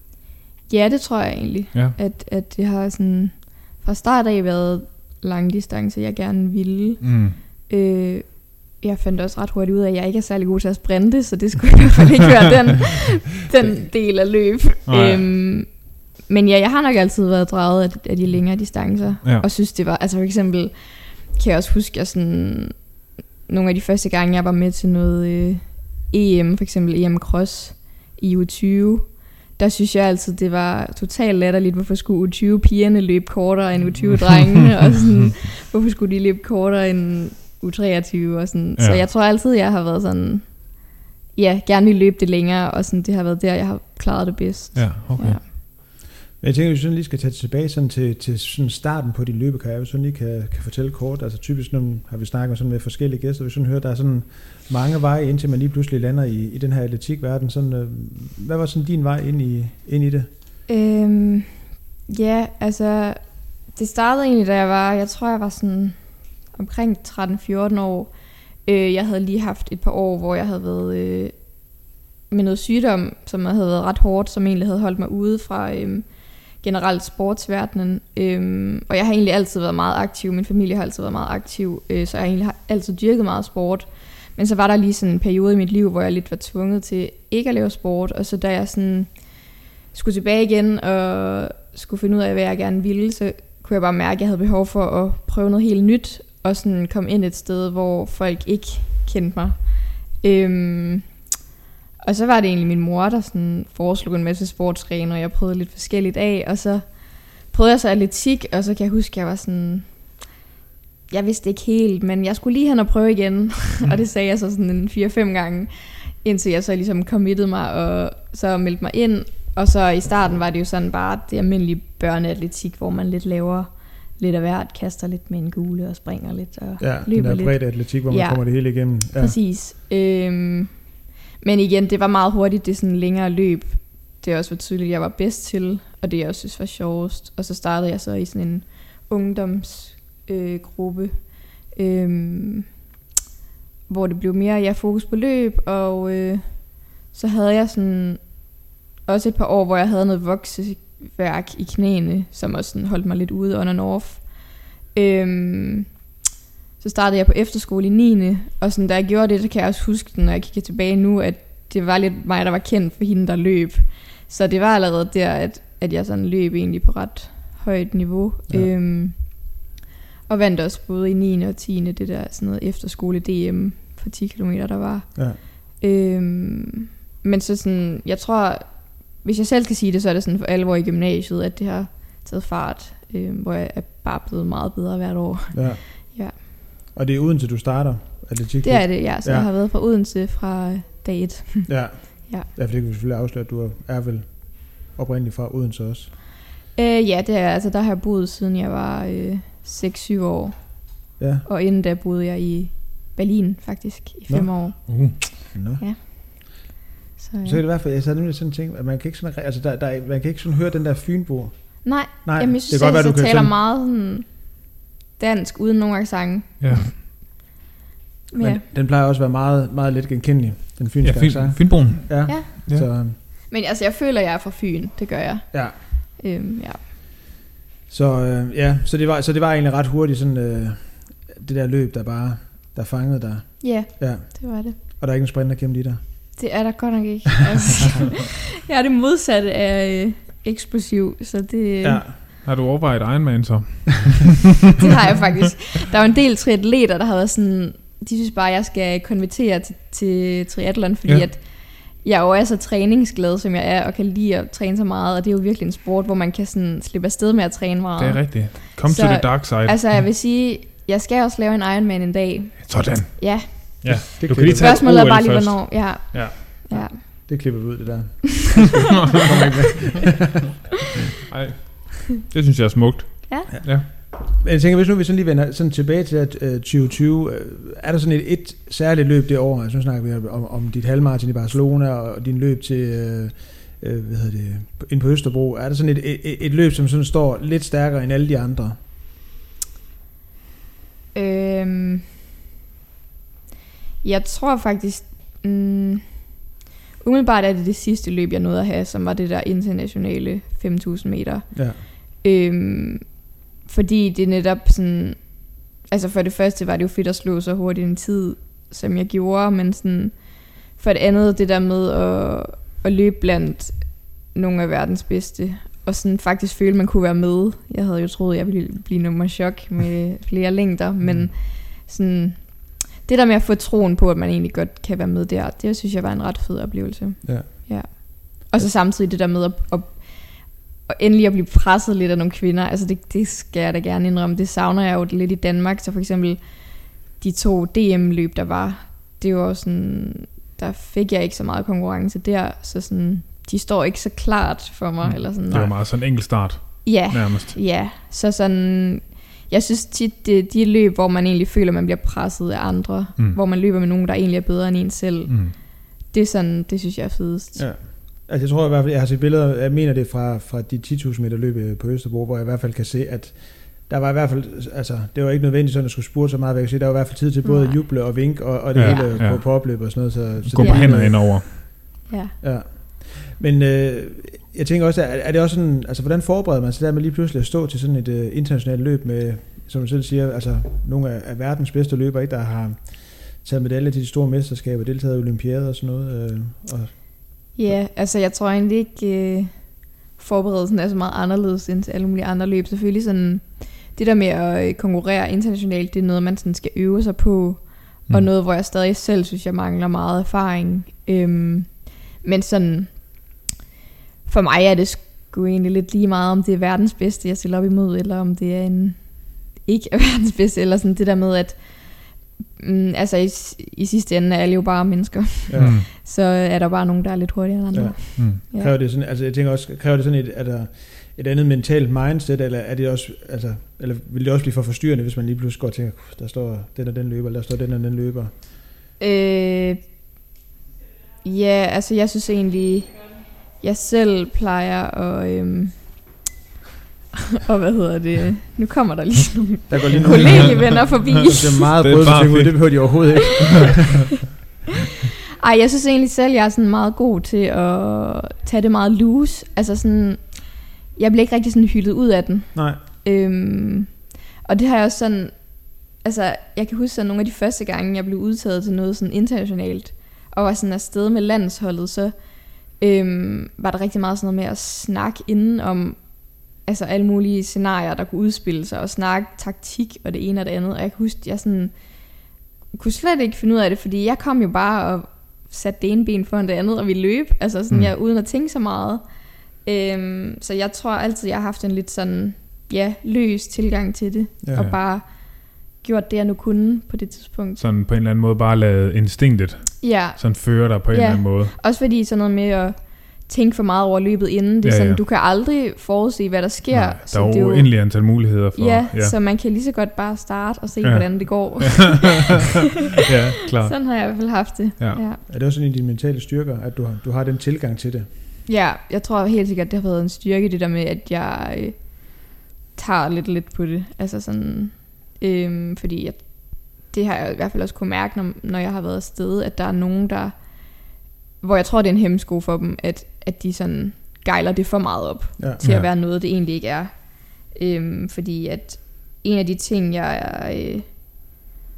ja, det tror jeg egentlig. Ja. At, at det har sådan fra start af været lange distancer, jeg gerne ville. Mm. Øh, jeg fandt også ret hurtigt ud af, at jeg ikke er særlig god til at sprinte, så det skulle i hvert fald ikke være den, den del af løb. Øhm, Men ja, jeg har nok altid været draget af, af de længere distancer, ja. Og synes det var, altså for eksempel, kan jeg også huske, jeg sådan, nogle af de første gange, jeg var med til noget øh, E M, for eksempel E M Cross i U tyve, der synes jeg altid, det var totalt latterligt, hvorfor skulle U tyve pigerne løbe kortere end U tyve drengene, og sådan, hvorfor skulle de løbe kortere end U treogtyve, og sådan. Ja. Så jeg tror altid, jeg har været sådan, ja, gerne vil løbe det længere, og sådan, det har været der, jeg har klaret det bedst. Ja, okay. Ja. Jeg tænker, at vi sådan lige skal tage tilbage sådan til, til sådan starten på din løbekarriere, hvis du sådan lige kan, kan fortælle kort. Altså typisk, nu har vi snakket med, sådan med forskellige gæster, vi sådan hører, der er sådan mange veje, indtil man lige pludselig lander i, i den her atletikverden. Sådan, øh, hvad var sådan din vej ind i, ind i det? Øhm, ja, altså det startede egentlig, da jeg var, jeg tror jeg var sådan omkring tretten fjorten år. Øh, jeg havde lige haft et par år, hvor jeg havde været øh, med noget sygdom, som havde været ret hårdt, som egentlig havde holdt mig ude fra øh, generelt sportsverdenen. Øh, og jeg har egentlig altid været meget aktiv, min familie har altid været meget aktiv, øh, så jeg har egentlig altid dyrket meget sport. Men så var der lige sådan en periode i mit liv, hvor jeg lidt var tvunget til ikke at lave sport, og så da jeg sådan skulle tilbage igen og skulle finde ud af, hvad jeg gerne ville, så kunne jeg bare mærke, at jeg havde behov for at prøve noget helt nyt, og sådan komme ind et sted, hvor folk ikke kendte mig. Øhm, og så var det egentlig min mor, der sådan foreslog en masse sportsgrene, og jeg prøvede lidt forskelligt af, og så prøvede jeg så atletik, og så kan jeg huske, at jeg var sådan, jeg vidste ikke helt, men jeg skulle lige hen og prøve igen, mm. og det sagde jeg så sådan en fire fem gange, indtil jeg så ligesom committede mig, og så meldte mig ind, og så i starten var det jo sådan bare det almindelige børneatletik, hvor man lidt laver lidt af hvert, kaster lidt med en gule og springer lidt og ja, løber lidt. Ja, den er bredt atletik, hvor man ja, kommer det hele igennem. Ja, præcis. Øhm, men igen, det var meget hurtigt, det er sådan længere løb. Det er også var tydeligt, jeg var bedst til, og det jeg også synes var sjovest. Og så startede jeg så i sådan en ungdomsgruppe, øh, øh, hvor det blev mere ja, fokus på løb, og øh, så havde jeg sådan også et par år, hvor jeg havde noget vokseværk i knæene, som også sådan holdt mig lidt ude on and off. Øhm, så startede jeg på efterskole i niende Og sådan, da jeg gjorde det, så kan jeg også huske, når jeg kigger tilbage nu, at det var lidt mig, der var kendt for hende, der løb. Så det var allerede der, at, at jeg sådan løb egentlig på ret højt niveau. Ja. Øhm, og vandt også både i niende og tiende det der sådan noget efterskole D M for ti kilometer, der var. Ja. Øhm, men så sådan, jeg tror, hvis jeg selv skal sige det, så er det sådan for alvor i gymnasiet, at det har taget fart, øh, hvor jeg er bare blevet meget bedre hvert år. Ja. Ja. Og det er Odense, du starter atletik? Det er det, ja. Så ja. Jeg har været fra Odense fra dag et. Ja. Ja. Ja, for det kan vi selvfølgelig afsløre, at du er vel oprindeligt fra Odense også. Øh, ja, det er altså, der har jeg boet siden jeg var øh, seks syv år. Ja. Og inden da boede jeg i Berlin faktisk i fem Nå. år. Uh. Nå. Ja. Så, ja. Så kan det i hvert fald, jeg sad nemlig sådan ting, at man kan ikke sådan, altså der, der, man kan ikke sådan høre den der fynbo. Nej, Nej jamen, jeg synes selv, at jeg taler sådan meget sådan dansk, uden nogen accent. Ja. Men ja. Den plejer også at være meget, meget let genkendelig, den fynske accent. Ja, fynboen. Ja. Ja. Ja. Så, men altså, jeg føler, at jeg er fra Fyn, det gør jeg. Ja. Øhm, ja. Så øh, ja, så det var, så det var egentlig ret hurtigt sådan, øh, det der løb, der bare der fangede dig. Ja, Ja. det var det. Og der er ikke en sprinter gennem i dig. Det er der godt nok ikke. Altså, jeg er det modsatte af øh, eksplosiv, så det, Ja. Har du overvejet Ironman så? det har jeg faktisk. Der er jo en del triatleter, der har været sådan, de synes bare, at jeg skal konvertere til, til triathlon, fordi Ja. at jeg jo er så træningsglad, som jeg er, og kan lide at træne så meget, og det er jo virkelig en sport, hvor man kan sådan slippe afsted med at træne meget. Det er rigtigt. Kom Så, to the dark side. Altså, jeg vil sige, jeg skal også lave en Ironman en dag. Sådan. Ja, Ja, Det du kan lige tage spørgsmålet er O L bare lige, først. hvornår. Ja, Ja. ja. Det klipper vi ud, det der. Ej, det synes jeg er smukt. Ja. Ja. Men jeg tænker, hvis nu vi sådan lige vender sådan tilbage til at, uh, tyve tyve, uh, er der sådan et, et særligt løb det år? Altså nu snakker vi om, om dit halvmarathon i Barcelona og din løb til, uh, uh, hvad hedder det, ind på Østerbro. Er der sådan et, et, et løb, som sådan står lidt stærkere end alle de andre? Øhm, jeg tror faktisk, mm, umiddelbart er det det sidste løb, jeg nåede at have, som var det der internationale fem tusind meter. Ja. Øhm, fordi det netop sådan, altså for det første var det jo fedt at slå så hurtigt en tid, som jeg gjorde, men sådan, for det andet det der med at, at løbe blandt nogle af verdens bedste, og sådan faktisk føle, man kunne være med. Jeg havde jo troet, jeg ville blive nummer chok med flere længder, men sådan, det der med at få troen på, at man egentlig godt kan være med der, det synes jeg var en ret fed oplevelse. Ja. Ja. Og så samtidig det der med at, at, at endelig at blive presset lidt af nogle kvinder, altså det, det skal jeg da gerne indrømme, det savner jeg jo lidt i Danmark, så for eksempel de to D M-løb, der var, det var sådan, der fik jeg ikke så meget konkurrence der, så sådan, de står ikke så klart for mig, mm. eller sådan. Det var meget sådan en enkelt start, Ja, nærmest. ja, så sådan, jeg synes tit, det de løb, hvor man egentlig føler, man bliver presset af andre, Mm. hvor man løber med nogen, der egentlig er bedre end en selv, Mm. det er sådan, det synes jeg er fedest. Ja. Altså jeg tror i hvert fald, jeg har set billeder, jeg mener det fra, fra de ti tusind meter løb på Østerbro, hvor jeg i hvert fald kan se, at der var i hvert fald, altså det var ikke nødvendigt sådan at skulle spurte så meget, jeg kan sige, der var i hvert fald tid til både Nej. juble og vink og, og det Ja, hele ja. på, på opløb og sådan noget. Så, så Gå det, på hænder indover. Ja. Ja. Men øh, jeg tænker også, er, er det også sådan, altså hvordan forbereder man sig der med lige pludselig at stå til sådan et uh, internationalt løb med, som du selv siger, altså nogle af, af verdens bedste løbere, ikke, der har taget medaljer til de store mesterskaber, deltaget i olympiader og sådan noget. Øh, og Ja, altså jeg tror egentlig ikke, øh, forberedelsen er så meget anderledes end til alle mulige andre løb. Selvfølgelig sådan, det der med at øh, konkurrere internationalt, det er noget, man sådan skal øve sig på, mm. og noget, hvor jeg stadig selv synes, jeg mangler meget erfaring. Øhm, men sådan, for mig er det sgu egentlig lidt lige meget, om det er verdens bedste, jeg stiller op imod, eller om det er en ikke er verdens bedste, eller sådan det der med, at mm, altså i, i sidste ende er alle jo bare mennesker. ja. Mm. Så er der bare nogen, der er lidt hurtigere end andre. Ja. Mm. Ja. Kræver det sådan, altså jeg tænker også, kræver det sådan et, er der et andet mentalt mindset, eller er det også, altså, eller vil det også blive for forstyrrende, hvis man lige pludselig går og tænker, der står den og den løber, eller der står den og den løber? Øh, ja, altså jeg synes egentlig, jeg selv plejer at, øhm, og hvad hedder det, nu kommer der lige nogle Der går lige nogle kollegevenner forbi. det er meget Det er brød, bare ud, fedt. det behøver de overhovedet ikke. Ej, jeg synes egentlig selv, jeg er sådan meget god til at tage det meget loose. Altså sådan, jeg bliver ikke rigtig sådan hyldet ud af den. Nej. Øhm, og det har jeg også sådan, altså jeg kan huske sådan nogle af de første gange, jeg blev udtaget til noget sådan internationalt, og var sådan afsted med landsholdet, så øhm, var der rigtig meget sådan noget med at snakke inden om, altså alle mulige scenarier, der kunne udspille sig, og snakke taktik og det ene og det andet, og jeg kan huske, jeg sådan kunne slet ikke finde ud af det, fordi jeg kom jo bare og satte det ene ben foran det andet, og vi løb, altså sådan, Mm. jeg uden at tænke så meget. Øhm, så jeg tror altid, jeg har haft en lidt sådan, ja, løs tilgang til det, Ja. ja. og bare gjort det, jeg nu kunne på det tidspunkt. Sådan på en eller anden måde bare lade instinktet Ja, sådan føre dig på en Ja. eller anden måde. også fordi sådan noget med at tænke for meget over løbet inden, det er Ja, sådan, ja. du kan aldrig forudse, hvad der sker. Nej, så der er det jo uendelig antal muligheder for. Ja, ja. så man kan lige så godt bare starte og se, Ja. hvordan det går. Ja, klart. Sådan har jeg i hvert fald haft det. Ja. Ja. Er det også sådan en af dine mentale styrker, at du har, du har den tilgang til det? Ja, jeg tror helt sikkert, det har været en styrke, det der med, at jeg øh, tager lidt lidt på det. Altså sådan, øhm, fordi jeg, det har jeg i hvert fald også kunne mærke, når, når jeg har været afsted, at der er nogen, der, hvor jeg tror, det er en hemmesko for dem, at, at de sådan gejler det for meget op, Ja. til Ja. at være noget, det egentlig ikke er. Øhm, fordi at en af de ting, jeg er, øh,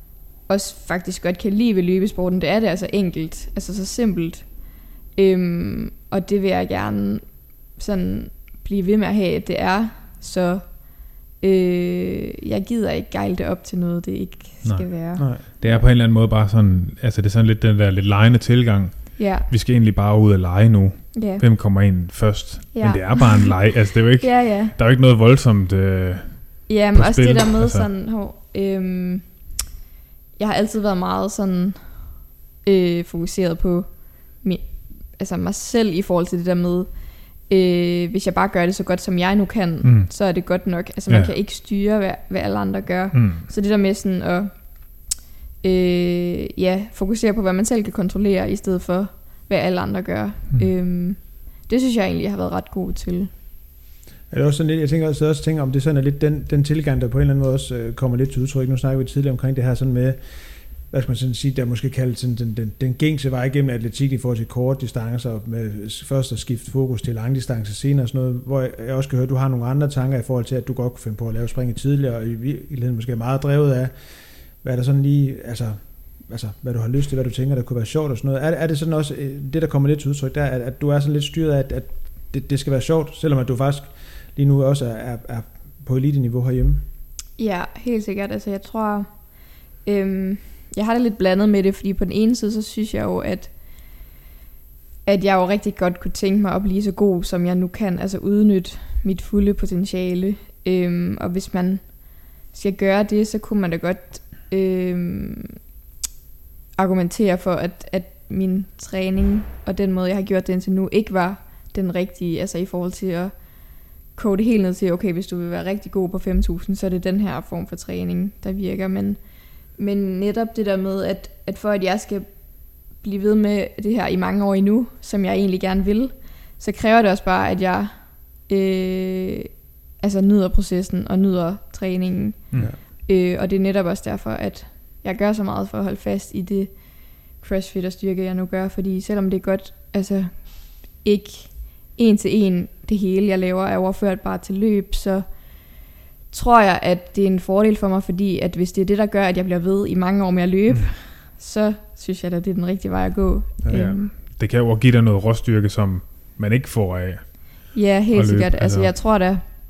også faktisk godt kan lide ved løbesporten, det er det altså enkelt, altså så simpelt. Øhm, og det vil jeg gerne sådan blive ved med at have, at det er, så øh, jeg gider ikke gejle det op til noget, det ikke skal Nej. være. Nej. Det er på en eller anden måde bare sådan, altså det er sådan lidt den der lidt legende tilgang. Ja. Vi skal egentlig bare ud og lege nu. Ja. Hvem kommer ind først? Ja. Men det er bare en leg, altså det er jo ikke, Ja, ja. der er jo ikke noget voldsomt øh, Ja, men på også spil, det der med altså. sådan, hov, øhm, jeg har altid været meget sådan øh, fokuseret på min, altså mig selv i forhold til det der med, øh, hvis jeg bare gør det så godt som jeg nu kan, Mm. så er det godt nok. Altså man Ja. kan ikke styre, hvad, hvad alle andre gør. Mm. Så det der med sådan at øh, ja, fokusere på, hvad man selv kan kontrollere, i stedet for, hvad alle andre gør. Mm. Øhm, det synes jeg egentlig, jeg har været ret god til. Er det også sådan lidt, jeg tænker også, også tænker, om det sådan er lidt den, den tilgang, der på en eller anden måde også øh, kommer lidt til udtryk. Nu snakker vi tidligere omkring det her sådan med, hvad skal man sådan sige, der måske kaldt sådan den, den, den gængse vej igennem atletik i forhold til korte distancer, med først at skifte fokus til langdistance senere og sådan noget, hvor jeg også kan høre, at du har nogle andre tanker i forhold til, at du godt kunne finde på at lave springet tidligere, og i virkeligheden måske er meget drevet af, hvad der sådan lige, altså, altså, hvad du har lyst til, hvad du tænker, der kunne være sjovt og sådan noget. Er, er det sådan også det, der kommer lidt til udtryk, der, at, at du er sådan lidt styret af, at, at det, det skal være sjovt, selvom at du faktisk lige nu også er, er, er på elite-niveau herhjemme? Ja, helt sikkert. Altså jeg tror, øhm, jeg har det lidt blandet med det, fordi på den ene side, så synes jeg jo, at at jeg jo rigtig godt kunne tænke mig at blive så god, som jeg nu kan, altså udnytte mit fulde potentiale. Øhm, og hvis man skal gøre det, så kunne man da godt øhm, argumentere for, at, at min træning og den måde, jeg har gjort det indtil nu, ikke var den rigtige, altså i forhold til at koge det helt ned til, okay, hvis du vil være rigtig god på fem tusind, så er det den her form for træning, der virker. Men, men netop det der med, at, at for at jeg skal blive ved med det her i mange år endnu, som jeg egentlig gerne vil, så kræver det også bare, at jeg øh, altså nyder processen og nyder træningen. Mm. Øh, og det er netop også derfor, at jeg gør så meget for at holde fast i det CrossFit og styrke, jeg nu gør. Fordi selvom det er godt, altså ikke en til en det hele, jeg laver, er overført bare til løb, så tror jeg, at det er en fordel for mig, fordi at hvis det er det, der gør, at jeg bliver ved i mange år med at løbe, mm. så synes jeg, at det er den rigtige vej at gå. Ja, ja. Øhm, Det kan jo give dig noget råstyrke, som man ikke får af. Ja, helt sikkert. Altså, altså jeg tror da,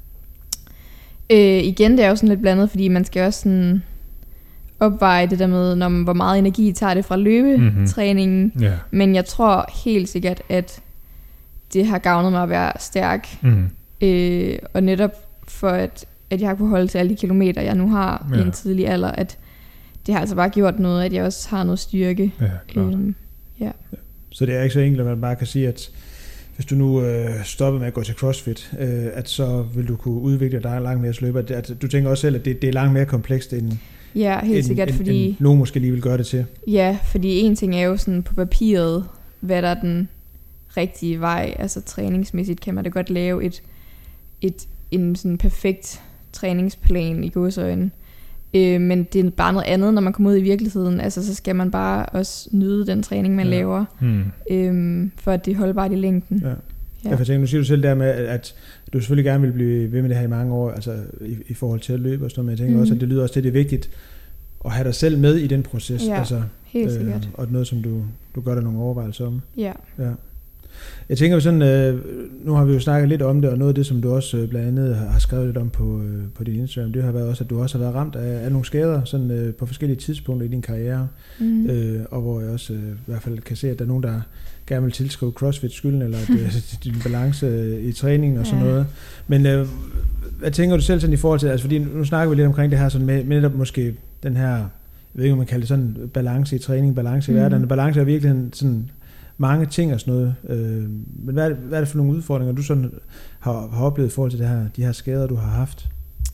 øh, igen, det er jo sådan lidt blandet, fordi man skal også sådan opveje det der med, når man, hvor meget energi tager det fra løbetræningen. Mm-hmm. Yeah. Men jeg tror helt sikkert, at det har gavnet mig at være stærk. Mm. Øh, og netop for, at, at jeg har kunnet holde til alle de kilometer, jeg nu har Ja. i en tidlig alder, at det har altså bare gjort noget, at jeg også har noget styrke. Ja, klart. Øhm, ja. Så det er ikke så enkelt, at man bare kan sige, at hvis du nu øh, stopper med at gå til CrossFit, øh, at så vil du kunne udvikle dig langt mere sløber. At, at du tænker også selv, at det, det er langt mere komplekst, end, Ja, helt end, sikkert, end, fordi end nogen måske lige vil gøre det til. ja, fordi en ting er jo sådan på papiret, hvad der er den rigtige vej. Altså træningsmæssigt kan man da godt lave et, et en sådan perfekt træningsplan i gåseøjne. Øh, men det er bare noget andet, når man kommer ud i virkeligheden. Altså så skal man bare også nyde den træning, man Ja. laver, Mm. øh, for at det er holdbart i længden. Ja. Ja. Jeg tænker, nu siger du selv der med, at du selvfølgelig gerne vil blive ved med det her i mange år, altså i, i forhold til at løbe og sådan noget, men jeg tænker Mhm. også, at det lyder også til, at det er vigtigt at have dig selv med i den proces, Ja, altså, Helt sikkert. og noget, som du, du gør dig nogle overvejelser om. Ja. Ja. Jeg tænker jo sådan, øh, nu har vi jo snakket lidt om det, og noget af det, som du også øh, blandt andet har, har skrevet lidt om på, øh, på din Instagram, det har været også, at du også har været ramt af, af nogle skader sådan, øh, på forskellige tidspunkter i din karriere, Mm. øh, og hvor jeg også øh, i hvert fald kan se, at der er nogen, der gerne vil tilskrive CrossFit skylden, eller at, øh, din balance øh, i træningen og sådan Ja. noget. Men øh, hvad tænker du selv sådan i forhold til, altså fordi nu snakker vi lidt omkring det her sådan med, med netop måske den her, jeg ved ikke, om man kalder det sådan balance i træning, balance i Mm. hverdagen, balance er virkelig sådan mange ting og sådan noget. Øh, men hvad er, det, hvad er det for nogle udfordringer, du sådan har, har oplevet i forhold til det her, de her skader, du har haft?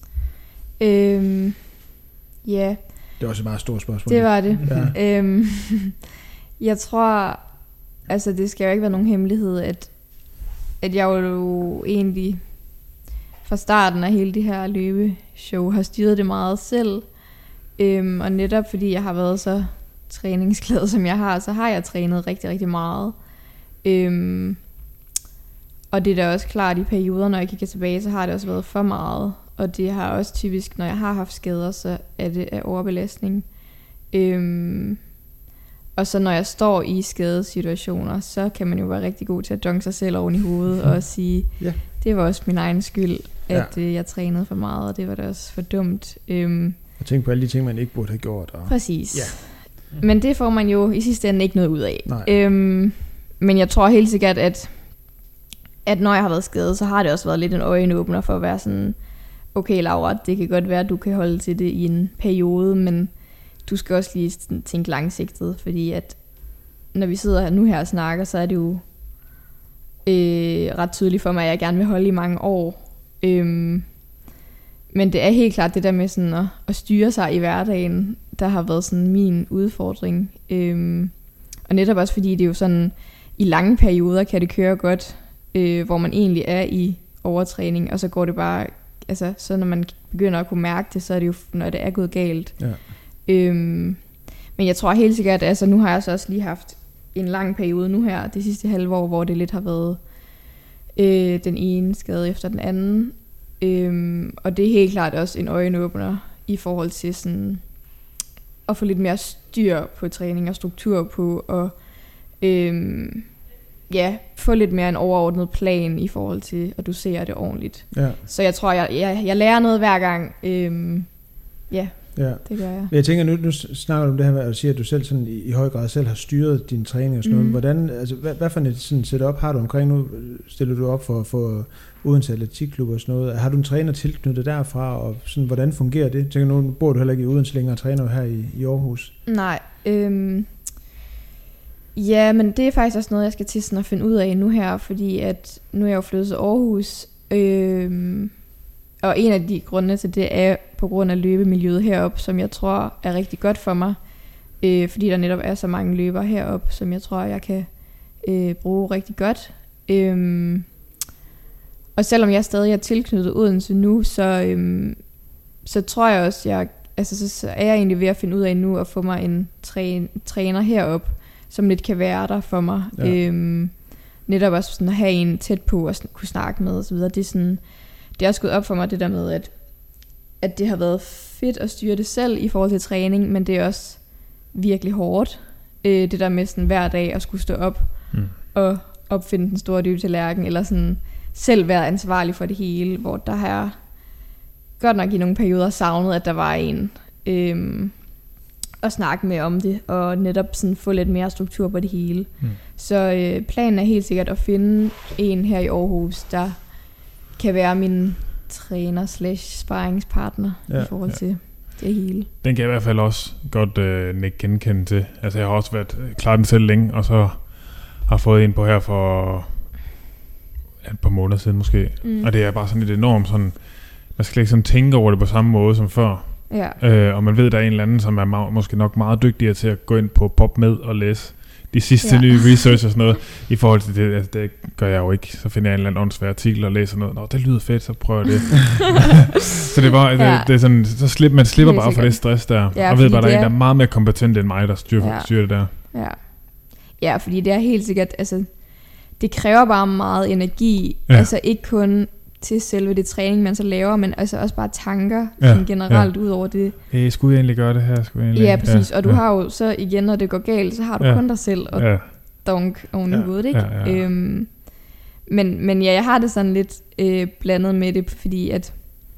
Øhm, ja, Det er også et meget stort spørgsmål. det var det. Ja. Øhm, jeg tror, altså det skal jo ikke være nogen hemmelighed, at, at jeg jo egentlig fra starten af hele det her løbeshow har styret det meget selv. Øhm, og netop fordi jeg har været så træningsglad, som jeg har, så har jeg trænet rigtig, rigtig meget. Øhm, og det er da også klart, i perioder, når jeg kigger tilbage, så har det også været for meget. Og det har også typisk, når jeg har haft skader, så er det af overbelastning. Øhm, og så når jeg står i skadesituationer, så kan man jo være rigtig god til at dunke sig selv oven i hovedet og sige, ja. det var også min egen skyld, at ja. øh, jeg trænede for meget, og det var da også for dumt. Øhm, og tænke på alle de ting, man ikke burde have gjort. Og... Præcis. Ja. Men det får man jo i sidste ende ikke noget ud af. Nej. Øhm, men jeg tror helt sikkert, at, at når jeg har været skadet, så har det også været lidt en øjenåbner for at være sådan, okay Laura, det kan godt være, at du kan holde til det i en periode, men du skal også lige tænke langsigtet, fordi at når vi sidder nu her og snakker, så er det jo øh, ret tydeligt for mig, at jeg gerne vil holde i mange år. Øhm, men det er helt klart det der med sådan at, at styre sig i hverdagen, der har været sådan min udfordring. Øhm, og netop også fordi det er jo sådan, i lange perioder kan det køre godt, øh, hvor man egentlig er i overtræning, og så går det bare, altså så når man begynder at kunne mærke det, så er det jo, når det er gået galt. Ja. Øhm, men jeg tror helt sikkert, altså nu har jeg så også lige haft en lang periode nu her, det sidste halve år, hvor det lidt har været øh, den ene skade efter den anden. Øhm, og det er helt klart også en øjenåbner i forhold til sådan at få lidt mere styr på træning og struktur på, og øhm, ja, få lidt mere en overordnet plan i forhold til at dosere det ordentligt. Ja. Så jeg tror, jeg, jeg, jeg lærer noget hver gang. Øhm, ja. Ja. Det gør jeg. Jeg tænker, nu, nu snakker du om det her med at sige, at du selv sådan i, i høj grad selv har styret din træning og sådan mm. noget. Hvordan, altså, hvad, hvad for et sådan setup har du omkring? Nu stiller du op for, for Odense Atletikklub og sådan noget. Har du en træner tilknyttet derfra, og sådan, hvordan fungerer det? Jeg tænker, nu bor du heller ikke i Odense længere og træner her i, i Aarhus. Nej. Øhm, ja, men det er faktisk også noget, jeg skal til sådan at finde ud af nu her, fordi at nu er jeg jo flyttet til Aarhus. Øhm, Og en af de grunde til det er på grund af løbemiljøet heroppe, som jeg tror er rigtig godt for mig. Øh, fordi der netop er så mange løbere heroppe, som jeg tror, jeg kan øh, bruge rigtig godt. Øhm, og selvom jeg stadig er tilknyttet Odense nu, så, øhm, så tror jeg også, jeg, altså, så, så er jeg egentlig ved at finde ud af nu at få mig en træ, træner heroppe, som lidt kan være der for mig. Ja. Øhm, netop også sådan at have en tæt på og sådan, kunne snakke med og så videre. Det er sådan... Det er også gået op for mig, det der med, at, at det har været fedt at styre det selv i forhold til træning, men det er også virkelig hårdt. Øh, det der med sådan hver dag at skulle stå op mm. og opfinde den store dybe tallerken, eller sådan selv være ansvarlig for det hele, hvor der har godt nok i nogle perioder savnet, at der var en øh, at snakke med om det, og netop sådan få lidt mere struktur på det hele. Mm. Så øh, planen er helt sikkert at finde en her i Aarhus, der kan være min træner slash sparringspartner ja, i forhold til ja. det hele. Den kan jeg i hvert fald også godt øh, ikke genkende til. Altså jeg har også været klar den selv længe, og så har fået en på her for et par måneder siden måske. Mm. Og det er bare sådan lidt enormt sådan, man skal ikke sådan tænke over det på samme måde som før. Ja. Øh, og man ved, der er en eller anden, som er ma- måske nok meget dygtigere til at gå ind på PubMed og læse de sidste ja. nye research og sådan noget, i forhold til det, altså det gør jeg jo ikke. Så finder jeg en eller anden åndssvær artikel og læser noget. Nå, det lyder fedt, så prøver jeg det. Så det var, ja. det, det er sådan, så slipper man slipper bare for det stress der, ja, og ved bare, der er en, der er meget mere kompetent end mig, der styrer, ja. styrer det der. Ja. ja, fordi det er helt sikkert, altså, det kræver bare meget energi, ja. altså ikke kun til selve det træning, man så laver, men altså også bare tanker ja, sådan generelt ja. ud over det. Hey, skulle jeg egentlig gøre det her? Skulle jeg egentlig? Ja, præcis. Ja, og du ja. har jo så igen, når det går galt, så har du ja. kun dig selv og ja. dunk oven i ja. hovedet, ikke? Ja, ja. Øhm, men, men ja, jeg har det sådan lidt øh, blandet med det, fordi at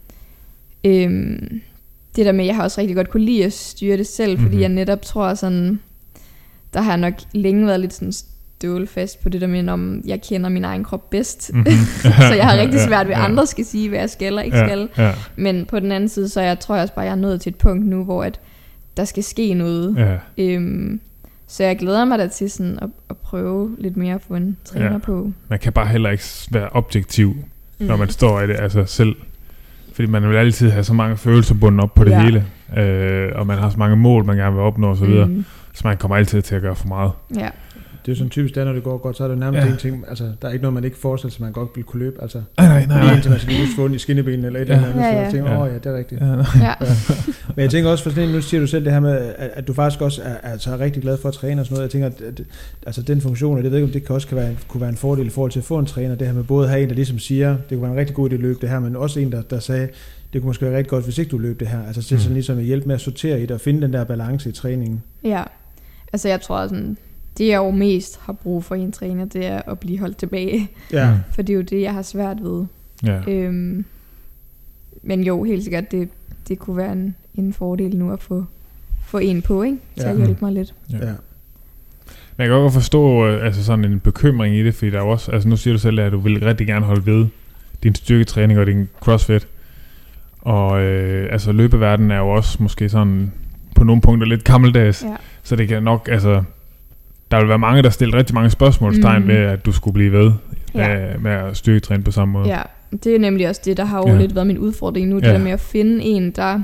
øhm, det der med, jeg har også rigtig godt kunne lide at styre det selv, fordi mm-hmm. jeg netop tror sådan, der har jeg nok længe været lidt sådan fast på det der med, om jeg kender min egen krop bedst. Mm-hmm. Så jeg har rigtig svært ved, at andre skal sige, hvad jeg skal og ikke ja, skal. Ja. Men på den anden side, så jeg tror jeg også bare, jeg er nået til et punkt nu, hvor at der skal ske noget. Ja. Øhm, så jeg glæder mig da til sådan at, at prøve lidt mere at få en træner ja. på. Man kan bare heller ikke være objektiv, mm. når man står i det altså selv. Fordi man vil altid have så mange følelser bundet op på det ja. hele. Øh, og man har så mange mål, man gerne vil opnå og så videre. Mm. Så man kommer altid til at gøre for meget. Ja. Det er jo sådan typisk, der når det går godt, så er det nærmest ja. ingenting, altså der er ikke noget, man ikke forestiller sig, man godt vil kunne løbe, altså nej, nej, nej, lige indtil man skal lige få i skinnebenene eller et eller andet, ja, ja. så tænker, åh ja, det er rigtigt. Ja, ja. Men jeg tænker også, for sådan, nu siger du selv det her med, at, at du faktisk også er, altså, er rigtig glad for at træne og sådan noget. Jeg tænker, at, at altså, den funktion, og det ved ikke, om det kan også kan være, kunne være en fordel i forhold til at få en træner. Det her med både at have en, der ligesom siger, det kunne være en rigtig god idé at løbe det her, men også en, der, der sagde, det kunne måske være rigtig godt, hvis ikke du løb det her. Altså til sådan ligesom at hjælpe med at sortere i det og finde den der balance i træningen. Ja, altså jeg tror sådan, det jeg jo mest har brug for i en træner, det er at blive holdt tilbage. Ja. For det er jo det, jeg har svært ved. Ja. Øhm, men jo, helt sikkert, det, det kunne være en, en fordel nu at få, få en på, ikke? Til Ja. at hjælpe mig lidt. Ja. Ja. Men jeg kan godt forstå øh, altså sådan en bekymring i det, fordi der er også, altså nu siger du selv, at du vil rigtig gerne holde ved din styrketræning og din crossfit. Og øh, altså løbeverdenen er jo også måske sådan på nogle punkter lidt gammeldags. Ja. Så det kan nok, altså der vil være mange, der stiller rigtig mange spørgsmålstegn Mm. ved, at du skulle blive ved Ja. med, med at styrketræne på samme måde. Ja, det er nemlig også det, der har jo Ja. lidt været min udfordring nu, det Ja. der med at finde en, der...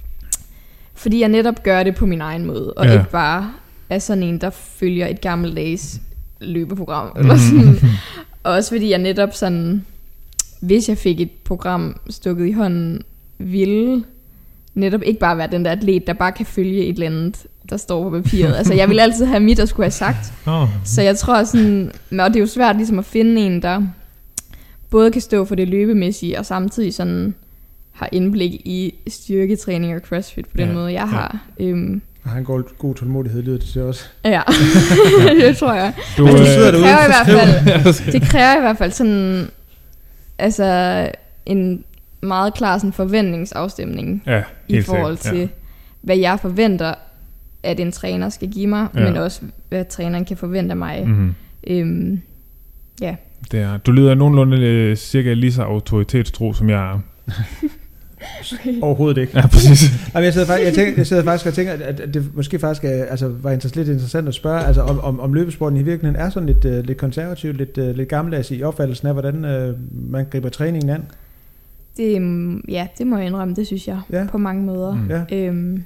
Fordi jeg netop gør det på min egen måde, og Ja. ikke bare er sådan en, der følger et gammeldags løbeprogram. Eller sådan. Og også fordi jeg netop sådan, hvis jeg fik et program stukket i hånden, ville netop ikke bare være den der atlet, der bare kan følge et eller andet, der står på papiret. Altså jeg vil altid have mit, der skulle have sagt. Oh. Så jeg tror sådan, og det er jo svært ligesom at finde en, der både kan stå for det løbemæssige, og samtidig sådan har indblik i styrketræning og crossfit på den Ja, måde, jeg ja. har. Øhm, Og har en god, god tålmodighed, lyder det til også. ja, det tror jeg. Du, Hvis du øh, sidder det derude, kræver i så hvert skriv. fald, det kræver i hvert fald sådan, altså en meget klar sådan forventningsafstemning ja, i helt forhold sikkert, til, ja. hvad jeg forventer, at en træner skal give mig, Ja. men også, hvad træneren kan forvente af mig. Mm-hmm. Øhm, ja. Det er, du lyder nogenlunde øh, cirka lige så autoritetstro, som jeg er. Overhovedet ikke. Ja, præcis. Jamen, jeg, sidder faktisk, jeg, tænker, jeg sidder faktisk og tænker, at, at det måske faktisk er, altså, var inter- lidt interessant at spørge, altså, om, om, om løbesporten i virkeligheden er sådan lidt, uh, lidt konservativ, lidt, uh, lidt gammeldags i opfattelsen af, hvordan uh, man griber træningen an. Det, mm, ja, det må jeg indrømme, det synes jeg, Ja. på mange måder. Mm. Ja. Øhm,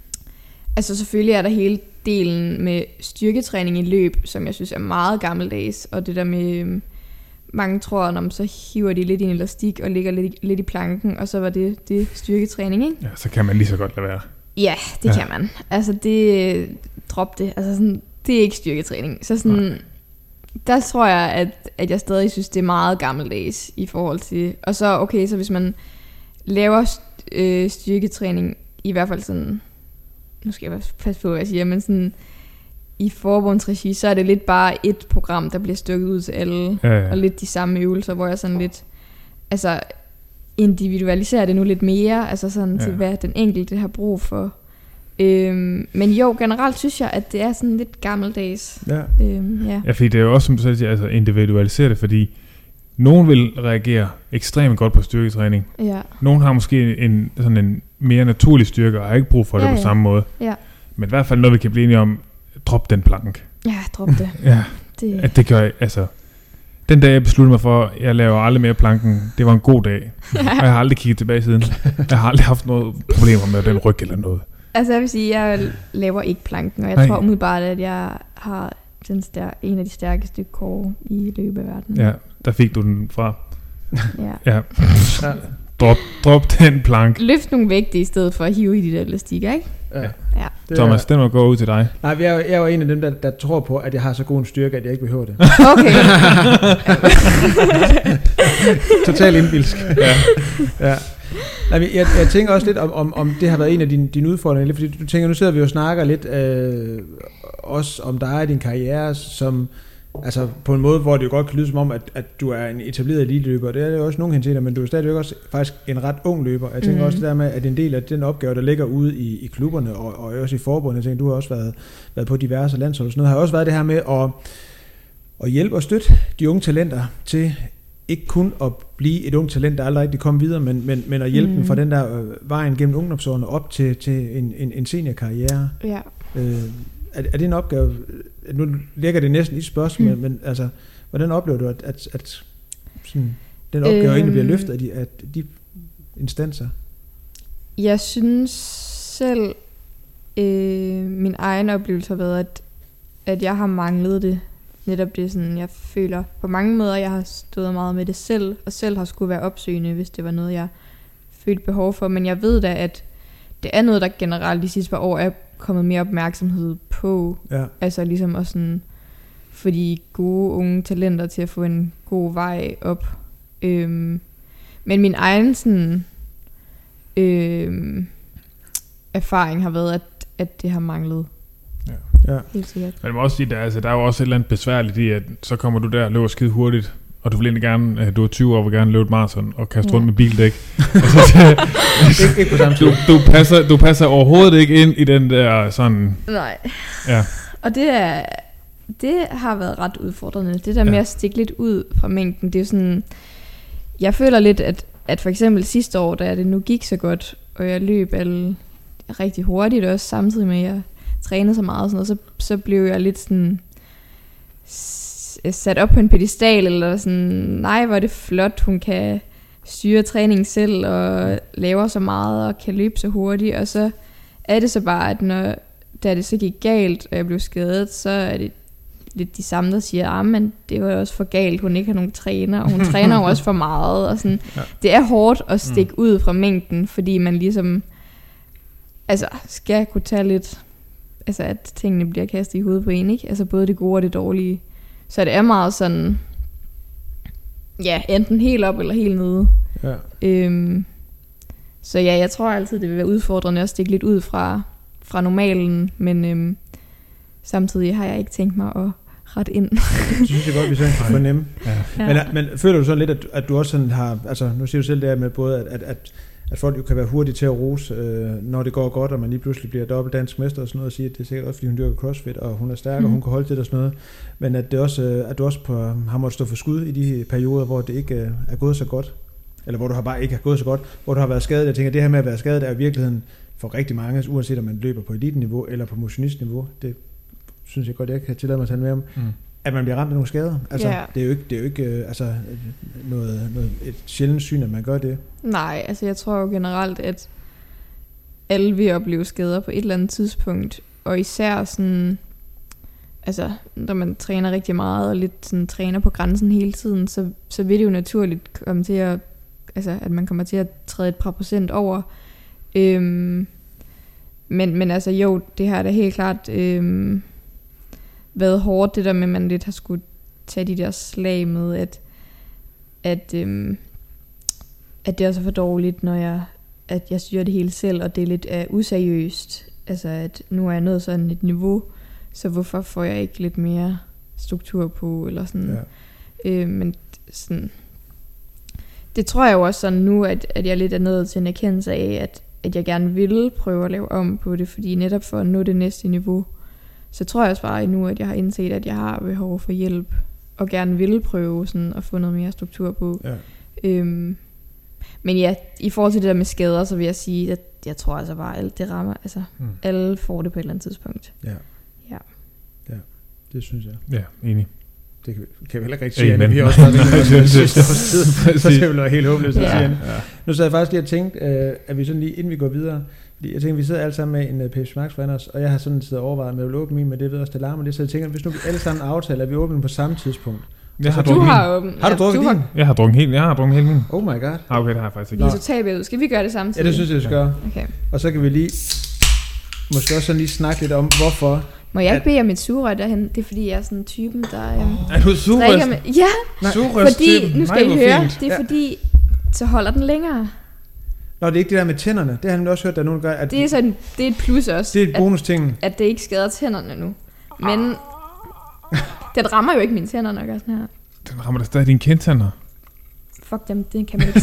altså selvfølgelig er der hele delen med styrketræning i løb, som jeg synes er meget gammeldags, og det der med, øhm, mange tror, at så hiver de lidt i en elastik og ligger lidt, lidt i planken, og så var det, det styrketræning, ikke? Ja, så kan man lige så godt lade være. Ja, det Ja. ja. kan man. Altså det, drop det, altså sådan, det er ikke styrketræning. Så sådan, Nej. der tror jeg, at, at jeg stadig synes, det er meget gammeldags i forhold til, og så okay, så hvis man laver øh, styrketræning, i hvert fald sådan, nu skal jeg passe på, hvad jeg siger, men sådan, i forbundsregi, så er det lidt bare et program, der bliver stykket ud til alle, Ja, ja. og lidt de samme øvelser, hvor jeg sådan lidt, altså individualiserer det nu lidt mere, altså sådan Ja. til hvad den enkelte har brug for. Øhm, men jo, generelt synes jeg, at det er sådan lidt gammeldags. Ja. Øhm, ja. Ja, fordi det er jo også, som du selv siger, altså individualisere det, fordi nogen vil reagere ekstremt godt på styrketræning. Ja. Nogen har måske en, sådan en mere naturlig styrke, og har ikke brug for det Ja, på ja. samme måde. Ja. Men i hvert fald noget, vi kan blive enige om, drop den plank. Ja, drop det. Ja, det. at det gør jeg, altså... Den dag, jeg besluttede mig for, at jeg laver aldrig mere planken, det var en god dag. Og jeg har aldrig kigget tilbage siden. Jeg har aldrig haft noget problemer med den ryg eller noget. Altså jeg vil sige, jeg laver ikke planken, og jeg Nej. tror umiddelbart, at jeg har den stær- en af de stærkeste core i løbeverdenen. Ja, der fik du den fra. Ja. Ja. Drop, drop den plank. Løft nogle vægte i stedet for at hive i de der elastikker, ikke? Ja. Ja. Det Thomas, den må gå ud til dig. Nej, jeg er, jo- jeg er jo en af dem, der, der tror på, at jeg har så god en styrke, at jeg ikke behøver det. Okay. Total indbilsk. Ja. Ja. Nej, men jeg, jeg tænker også lidt om, om, om det har været en af dine, dine udfordringer, lidt, fordi du tænker, nu sidder vi jo og snakker lidt øh, også om dig og din karriere, som altså på en måde, hvor det jo godt kan lyde som om, at, at du er en etableret eliteløber, det er jo også nogen henseender, men du er stadigvæk også faktisk en ret ung løber. Jeg tænker Mhm. også det der med, at en del af den opgave, der ligger ude i, i klubberne og, og også i forbundet, jeg tænker, du har også været, været på diverse landshold og sådan noget, har også været det her med at, at hjælpe og støtte de unge talenter til ikke kun at blive et ung talent, der aldrig rigtig kom videre, men, men, men at hjælpe mm. dem fra den der øh, vejen gennem ungdomsårene op til, til en, en, en seniorkarriere. Ja. Øh, er, er det en opgave, nu ligger det næsten i spørgsmålet, Mm. men altså, hvordan oplever du, at, at, at sådan, den opgave øhm, egentlig bliver løftet af de, af de instanser? Jeg synes selv, øh, min egen oplevelse har været, at, at jeg har manglet det. Netop det sådan, jeg føler på mange måder, jeg har stået meget med det selv, og selv har skulle være opsøgende, hvis det var noget, jeg følte behov for. Men jeg ved da, at det er noget, der generelt de sidste par år er kommet mere opmærksomhed på. Ja. Altså ligesom at sådan få de gode unge talenter til at få en god vej op. Øhm, men min egen sådan, øhm, erfaring har været, at, at det har manglet. Ja. Ja. Helt sikkert. Men man må også sige, der, altså, der er jo også et eller andet besværligt i, at så kommer du der og løber skide hurtigt, og du vil egentlig gerne, uh, du er tyve år og vil gerne løbe et maraton og kaste ja. rundt med bildæk. ikke, ikke på samme tid. Du, du, passer, du passer overhovedet ikke ind i den der sådan... Nej. Ja. Og det er, det har været ret udfordrende. Det der ja. med at stikke lidt ud fra mængden, det er sådan... Jeg føler lidt, at, at for eksempel sidste år, da det nu gik så godt, og jeg løb alle rigtig hurtigt også, samtidig med, at jeg trænede så meget, og sådan noget, så, så blev jeg lidt sådan... sat op på en pedestal, eller sådan, nej, hvor er det flot, hun kan styre træningen selv, og laver så meget, og kan løbe så hurtigt, og så er det så bare, at når, da det så gik galt, og jeg blev skadet, så er det lidt de samme, der siger, ah, men det var også for galt, hun ikke har nogen træner, og hun træner jo også for meget, og sådan, ja. Det er hårdt at stikke mm. ud fra mængden, fordi man ligesom, altså, skal kunne tage lidt, altså, at tingene bliver kastet i hovedet på en, ikke? Altså, både det gode og det dårlige. Så det er meget sådan, ja, enten helt op eller helt nede. Ja. Øhm, så ja, jeg tror altid, det vil være udfordrende at stikke lidt ud fra, fra normalen, men øhm, samtidig har jeg ikke tænkt mig at rette ind. Det synes jeg godt, vi sådan kan fornemme. Ja. Ja. Men, men føler du sådan lidt, at, at du også sådan har, altså nu siger du selv det her med både, at, at, at at folk jo kan være hurtige til at rose, øh, når det går godt, og man lige pludselig bliver dobbelt dansk mester og sådan noget, og sige, at det er sikkert også, fordi hun dyrker CrossFit, og hun er stærk, mm. og hun kan holde til det og sådan noget. Men at, det også, at du også på, har måttet stå for skud i de perioder, hvor det ikke øh, er gået så godt, eller hvor du har bare ikke har gået så godt, hvor du har været skadet. Jeg tænker, det her med at være skadet er i virkeligheden for rigtig mange, uanset om man løber på eliteniveau eller på motionistniveau. Det synes jeg godt, jeg kan tillade mig at tale med om. Mm. At man bliver ramt af nogle skader. Altså, yeah. det er jo ikke, det er jo ikke øh, altså, noget, noget, et sjældent syn, at man gør det. Nej, altså jeg tror jo generelt, at alle vil opleve skader på et eller andet tidspunkt. Og især sådan, altså når man træner rigtig meget og lidt sådan, træner på grænsen hele tiden, så, så vil det jo naturligt komme til at, altså at man kommer til at træde et par procent over. Øhm, men, men altså jo, det her er da helt klart... Øhm, været hårdt, det der med, at man lidt har skulle tage de der slag med, at, at, øhm, at det er også for dårligt, når jeg, at jeg styrer det hele selv, og det er lidt uh, useriøst. Altså, at nu er jeg nået sådan et niveau, så hvorfor får jeg ikke lidt mere struktur på, eller sådan. Ja. Øh, men sådan, det tror jeg jo også sådan nu, at, at jeg lidt er nået til en erkendelse af, at, at jeg gerne vil prøve at lave om på det, fordi netop for at nå det næste niveau, så tror jeg også bare nu, at jeg har indset, at jeg har behov for hjælp, og gerne vil prøve sådan at få noget mere struktur på. Ja. Øhm, men ja, i forhold til det der med skader, så vil jeg sige, at jeg tror altså bare, at alt det rammer, altså mm. alle får det på et eller andet tidspunkt. Ja. Ja. Ja, det synes jeg. Ja, enig. Det kan, kan vi heller ikke rigtig sige, at vi også har det sidste års tid, så det vil være helt håbløst at sige. Nu så jeg faktisk lige og tænkt, at vi sådan lige, inden vi går videre, jeg tænker, vi sidder alle sammen med en uh, Pepsi Max foran os, og jeg har sådan siddet og overvejet med at åbne min, men det ved også, det larmer det, så jeg tænker, hvis nu vi alle sammen aftaler, at vi åbner på samme tidspunkt. Jeg har du har åbent. Har du drukket ja, din? Jeg har drukket helt, jeg har drukket helt min. Oh my god. Ah, okay, det har jeg faktisk ikke. Vi er totalt ved. Skal vi gøre det samtidig? Ja, det synes jeg, vi skal gøre. Okay. Og så kan vi lige, måske også sådan lige snakke lidt om, hvorfor. Må jeg ikke bede om et sugerør derhen? Det er fordi, jeg er sådan en typen, der... Um, er du sugerøst? Med, ja, fordi, nu skal I høre, fint. Det er ja. fordi, så holder den længere. Nå, det er ikke det der med tænderne. Det har han også hørt, der nogen gør. At det, er sådan, det er et plus også. Det er et bonus ting. At, at det ikke skader tænderne nu. Men den rammer jo ikke mine tænder, når jeg gør sådan her. Den rammer da stadig dine kindtænder. Fuck dem, det kan man ikke se.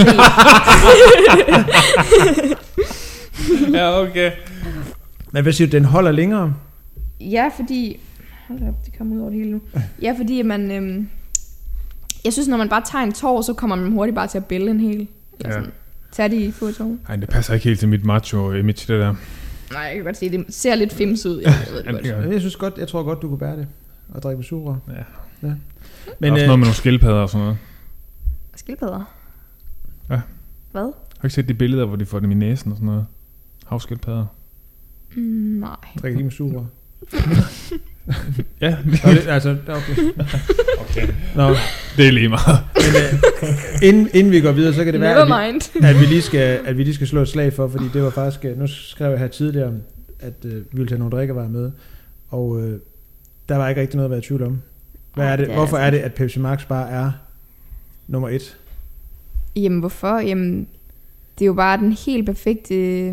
Ja, okay. Men hvad siger du, den holder længere? Ja, fordi... Hold op, det kommer ud over det hele nu. Ja, fordi man... Øhm, jeg synes, når man bare tager en tår, så kommer man hurtigt bare til at bælge en hel. Eller sådan. Tag de i få tår. Nej, det passer ikke helt til mit macho-image, det der. Nej, jeg kan godt se, det ser lidt fims ud. Jeg, ved det godt. Jeg synes godt, jeg tror godt, du kunne bære det. Og drikke med sugerør. Ja. Ja. Men også øh, noget med nogle skildpadder og sådan noget. Skildpadder? Ja. Hvad? Har du ikke set de billeder, hvor de får dem i næsen og sådan noget? Havskildpadder. Mm, nej. Drikker de med sugerør? Ja. Nå, det, altså, okay. Okay. Nå. Det er lige meget. Men, uh, inden, inden vi går videre, så kan det være, at vi, at, vi lige skal, at vi lige skal slå et slag for, fordi det var faktisk, nu skrev jeg her tidligere, at uh, vi ville tage nogle drikkevarer med, og uh, der var ikke rigtig noget at være i tvivl om. Hvad er det, det er hvorfor altså. er det, at Pepsi Max bare er nummer et? Jamen, hvorfor? Jamen, det er jo bare den helt perfekte øh,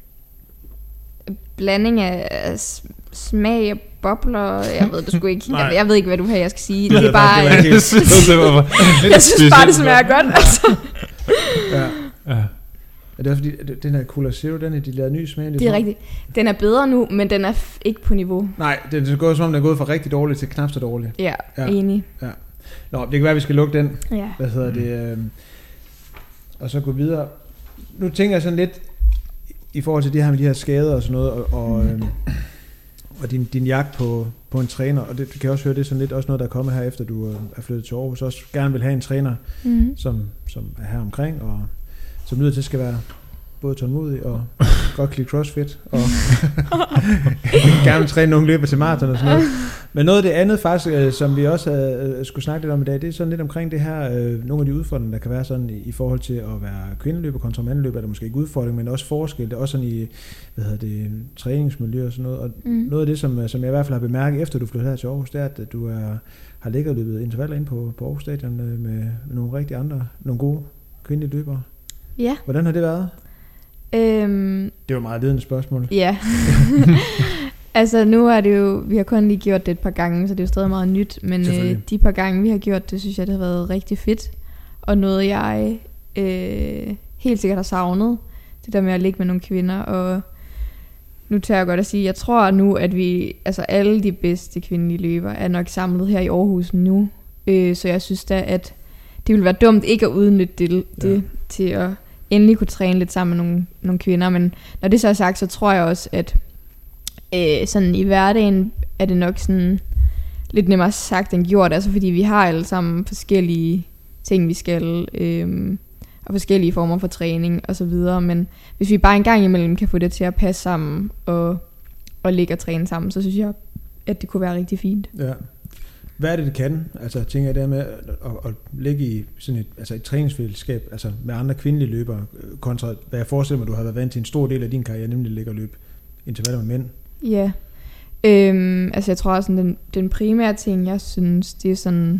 blanding af smag og bobler. Jeg ved det sgu ikke. jeg, jeg ved ikke, hvad du har, jeg skal sige. Det er bare... Det jeg, jeg synes bare, det smager godt, altså. Ja. Ja. Er det også fordi, den her Cola Zero, den er de lavede ny smag? Det er rigtigt. Den er bedre nu, men den er f- ikke på niveau. Nej, det er gået som om, den er gået fra rigtig dårlig til knap så dårlig. Ja, ja. Enig. Ja. Nå, det kan være, at vi skal lukke den. Ja. Hvad hedder det? Øh, og så gå videre. Nu tænker jeg sådan lidt, i forhold til det her med de her skader og sådan noget, og, og, øh, og din, din jagt på, på en træner, og det, du kan også høre, det er sådan lidt også noget, der er kommet her, efter du øh, er flyttet til Aarhus, også gerne vil have en træner, mm-hmm. som, som er her omkring, og som lyder til skal være både tålmodig og godt kan lide CrossFit, og gerne vil træne nogle løber til maraton og sådan noget. Men noget af det andet faktisk, øh, som vi også øh, skulle snakke lidt om i dag, det er sådan lidt omkring det her, øh, nogle af de udfordringer, der kan være sådan i, i forhold til at være kvindeløber kontra mandeløber, er der måske ikke udfordring, men også forskel, det er også sådan i, hvad hedder det, træningsmiljø og sådan noget, og mm. noget af det, som, som jeg i hvert fald har bemærket, efter du flyttede her til Aarhus, det er, at du er, har ligget og løbet intervaller ind på, på Aarhus Stadion med, med nogle rigtig andre, nogle gode kvindelige løbere. Ja. Hvordan har det været? Øhm, det var et meget ledende spørgsmål. Ja. Altså nu er det jo, vi har kun lige gjort det et par gange, så det er jo stadig meget nyt, men øh, de par gange vi har gjort det, synes jeg, det har været rigtig fedt, og noget jeg øh, helt sikkert har savnet, det der med at ligge med nogle kvinder, og nu tør jeg godt at sige, jeg tror nu, at vi, altså alle de bedste kvindelige løber er nok samlet her i Aarhus nu, øh, så jeg synes da, at det ville være dumt ikke at udnytte det, det ja. til at endelig kunne træne lidt sammen med nogle, nogle kvinder, men når det så er sagt, så tror jeg også, at øh, sådan i hverdagen er det nok sådan lidt nemmere sagt end gjort, altså fordi vi har alle sammen forskellige ting, vi skal, øh, og forskellige former for træning og så videre, men hvis vi bare en gang imellem kan få det til at passe sammen og, og ligge og træne sammen, så synes jeg, at det kunne være rigtig fint. Ja. Hvad er det, det kan? Altså, tænker jeg der med at, at, at ligge i sådan et, altså et træningsfællesskab, altså med andre kvindelige løbere, kontra hvad jeg forestiller mig, du har været vant til en stor del af din karriere, nemlig at ligge og løbe intervaller med mænd. Ja. Øhm, altså, jeg tror også, den, den primære ting, jeg synes, det er sådan,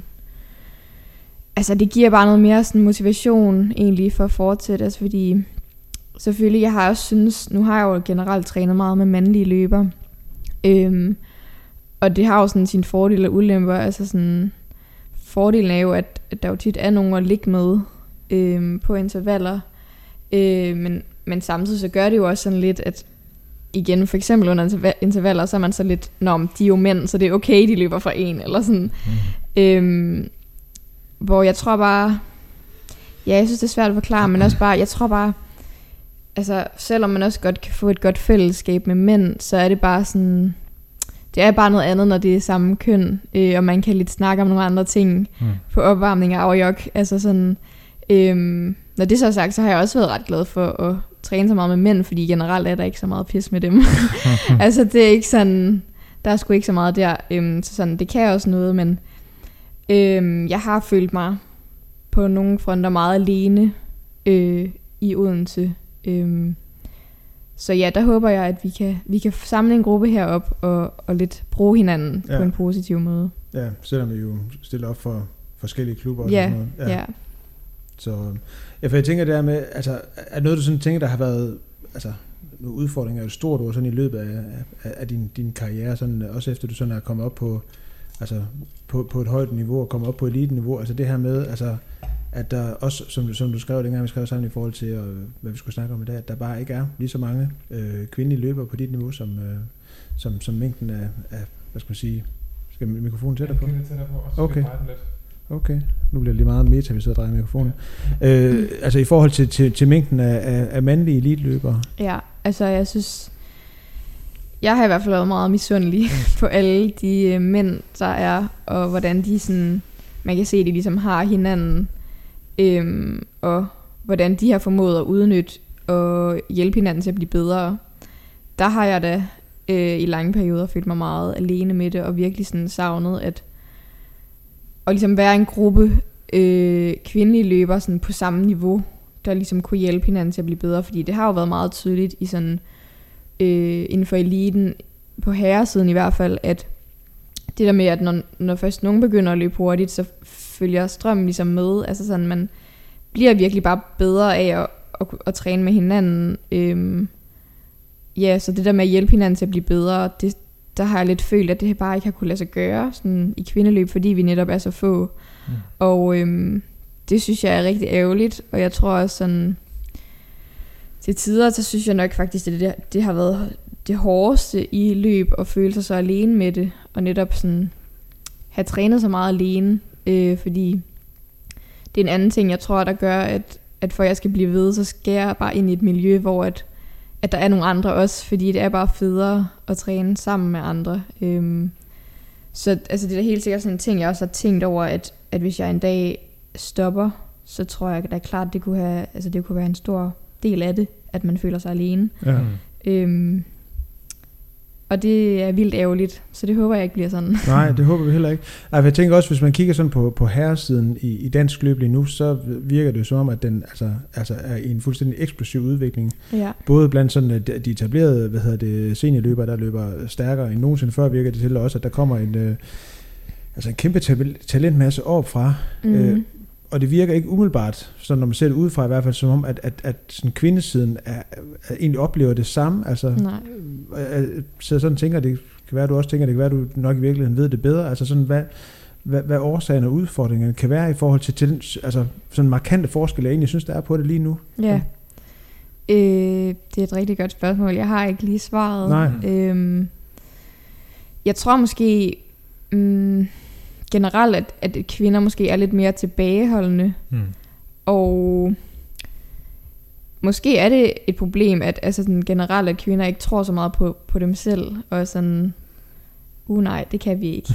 altså, det giver bare noget mere sådan motivation, egentlig, for at fortsætte, altså, fordi, selvfølgelig, jeg har også synes, nu har jeg jo generelt trænet meget med mandlige løbere, øhm, og det har jo sådan sine fordele og ulemper. Altså sådan, fordelen er jo, at, at der jo tit er nogen at ligge med øh, på intervaller. Øh, men, men samtidig så gør det jo også sådan lidt, at igen, for eksempel under intervaller, så er man så lidt, nå, de er jo mænd, så det er okay, de løber fra en, eller sådan. Mm. Øh, hvor jeg tror bare, ja, jeg synes, det er svært at forklare, men også bare, jeg tror bare, altså, selvom man også godt kan få et godt fællesskab med mænd, så er det bare sådan, det er bare noget andet, når det er samme køn, øh, og man kan lidt snakke om nogle andre ting mm. på opvarmning af afjok. Altså sådan, øh, når det så er sagt, så har jeg også været ret glad for at træne så meget med mænd, fordi generelt er der ikke så meget pis med dem. Altså det er ikke sådan, der er sgu ikke så meget der. Øh, så sådan, det kan også noget, men øh, jeg har følt mig på nogle fronter meget alene øh, i Odense. Øh, Så ja, der håber jeg, at vi kan, vi kan samle en gruppe herop og, og lidt bruge hinanden ja. på en positiv måde. Ja, selvom vi jo stiller op for forskellige klubber og ja, sådan noget. Ja, ja. Så ja, for jeg tænker det her med, altså, er noget du sådan tænker, der har været, altså, nogle udfordringer er jo stort over sådan i løbet af, af, af din, din karriere, sådan, også efter du sådan er kommet op på, altså, på, på et højt niveau og kommet op på elite-niveau, altså det her med, altså, at der også, som, som du skrev dengang, vi skrev sammen i forhold til, øh, hvad vi skulle snakke om i dag, at der bare ikke er lige så mange øh, kvindelige løbere på dit niveau, som, øh, som, som mængden af, af, hvad skal man sige, skal mikrofonen tættere på? Okay. Okay, nu bliver det lige meget meta, vi sidder og drejer mikrofonen. Øh, altså i forhold til, til, til mængden af, af, af mandlige elitløbere. Ja, altså jeg synes, jeg har i hvert fald været meget misundelig på alle de øh, mænd, der er, og hvordan de sådan, man kan se, at de ligesom har hinanden, Øhm, og hvordan de har formået at udnytte og hjælpe hinanden til at blive bedre. Der har jeg da øh, i lange perioder følt mig meget alene med det, og virkelig sådan savnet at, at ligesom være en gruppe øh, kvindelige løbere sådan på samme niveau, der ligesom kunne hjælpe hinanden til at blive bedre, fordi det har jo været meget tydeligt i sådan, øh, inden for eliten, på herresiden i hvert fald, at det der med, at når, når først nogen begynder at løbe hurtigt, så følger strømmen ligesom med, altså sådan, man bliver virkelig bare bedre af at, at, at træne med hinanden. Øhm, ja, så det der med at hjælpe hinanden til at blive bedre, det, der har jeg lidt følt, at det bare ikke har kunne lade sig gøre sådan i kvindeløb, fordi vi netop er så få. Mm. Og øhm, det synes jeg er rigtig ærgerligt, og jeg tror også sådan, til tider, så synes jeg nok faktisk, at det, det har været det hårdeste i løb, at føle sig så alene med det, og netop sådan have trænet så meget alene, øh, fordi det er en anden ting, jeg tror, der gør, at, at for at jeg skal blive ved, så skal jeg bare ind i et miljø, hvor at, at der er nogle andre også, fordi det er bare federe at træne sammen med andre. Øhm, så altså, det er da helt sikkert sådan en ting, jeg også har tænkt over, at, at hvis jeg en dag stopper, så tror jeg da klart, det kunne have, altså det kunne være en stor del af det, at man føler sig alene. Ja. Øhm, og det er vildt ærgerligt, så det håber jeg ikke bliver sådan. Nej, det håber vi heller ikke. Altså, jeg tænker også, hvis man kigger sådan på, på herresiden i, i dansk løb lige nu, så virker det jo som om, at den altså, altså er i en fuldstændig eksplosiv udvikling. Ja. Både blandt sådan de etablerede, hvad hedder det, seniorløbere, der løber stærkere end nogensinde før, virker det til også, at der kommer en, øh, altså en kæmpe talentmasse opfra. Mm. Øh, og det virker ikke umiddelbart, så når man ser det udefra i hvert fald, som om, at, at, at sådan kvindesiden er, er, egentlig oplever det samme. Altså, øh, så sådan tænker det, kan være, at du også tænker, det kan være, at du nok i virkeligheden ved det bedre. Altså sådan, hvad, hvad, hvad årsagen og udfordringerne kan være i forhold til, til altså, sådan markante forskelle, jeg egentlig synes, der er på det lige nu. Ja, øh, det er et rigtig godt spørgsmål. Jeg har ikke lige svaret. Nej. Øhm, jeg tror måske... Mm, generelt, at, at kvinder måske er lidt mere tilbageholdende. Mm. Og måske er det et problem, at altså sådan generelt, at kvinder ikke tror så meget på, på dem selv. Og sådan, uh nej, det kan vi ikke.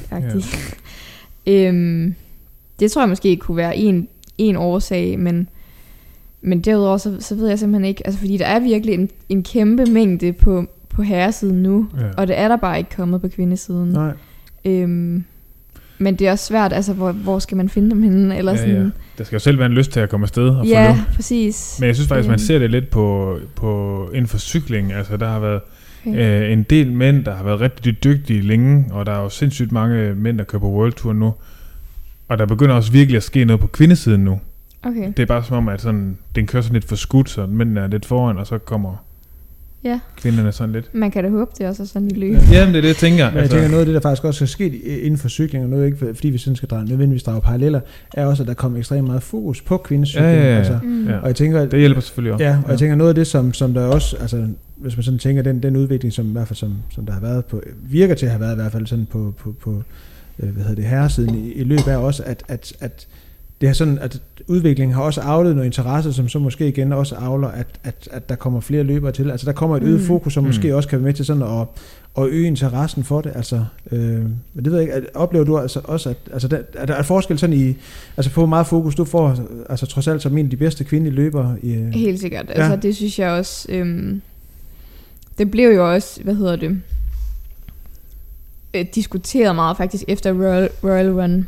Yeah. øhm, det tror jeg måske kunne være en, en årsag, men, men derudover, så, så ved jeg simpelthen ikke. Altså fordi der er virkelig en, en kæmpe mængde på, på herresiden nu, yeah. og det er der bare ikke kommet på kvindesiden. Nej. Øhm, Men det er også svært, altså hvor, hvor skal man finde dem henne? Eller ja, sådan. Ja. Der skal jo selv være en lyst til at komme afsted og ja, følge. Præcis. Men jeg synes faktisk, man ser det lidt på, på inden for cykling. Altså der har været okay. øh, en del mænd, der har været rigtig dygtige længe, og der er jo sindssygt mange mænd, der kører på World Tour nu. Og der begynder også virkelig at ske noget på kvindesiden nu. Okay. Det er bare som om, at sådan, den kører sådan lidt for skudt, så mændene er lidt foran, og så kommer... Ja. Kvinderne sådan lidt. Man kan da håbe, det også er sådan i løb. Ja, det er det, jeg tænker. Men jeg altså. tænker, noget af det, der faktisk også er sket inden for cykling, og noget ikke, fordi vi sådan skal drage, nødvendigvis drage paralleller, er også, at der kommer ekstremt meget fokus på kvindecykling. Ja, ja, ja. Altså, mm. Og jeg tænker, det hjælper selvfølgelig også. Ja, og ja. jeg tænker, noget af det, som, som der også, altså, hvis man sådan tænker, den, den udvikling, som i hvert fald, som, som der har været på, virker til at have været i hvert fald sådan på, på, på hvad hedder det, herresiden i, i løb, er også, at, at, at det er sådan, at udviklingen har også avlet noget interesse, som så måske igen også avler, at, at, at der kommer flere løbere til. Altså der kommer et øget mm. fokus, som mm. måske også kan være med til sådan at, at øge interessen for det. Altså, øh, men det ved jeg ikke, at, oplever du altså også, at altså der, er der er forskel sådan i, altså på meget fokus, du får altså trods alt som en af de bedste kvindelige løbere i... Øh, Helt sikkert, ja. Altså det synes jeg også, øhm, det blev jo også, hvad hedder det, øh, diskuteret meget faktisk efter Royal, Royal Run,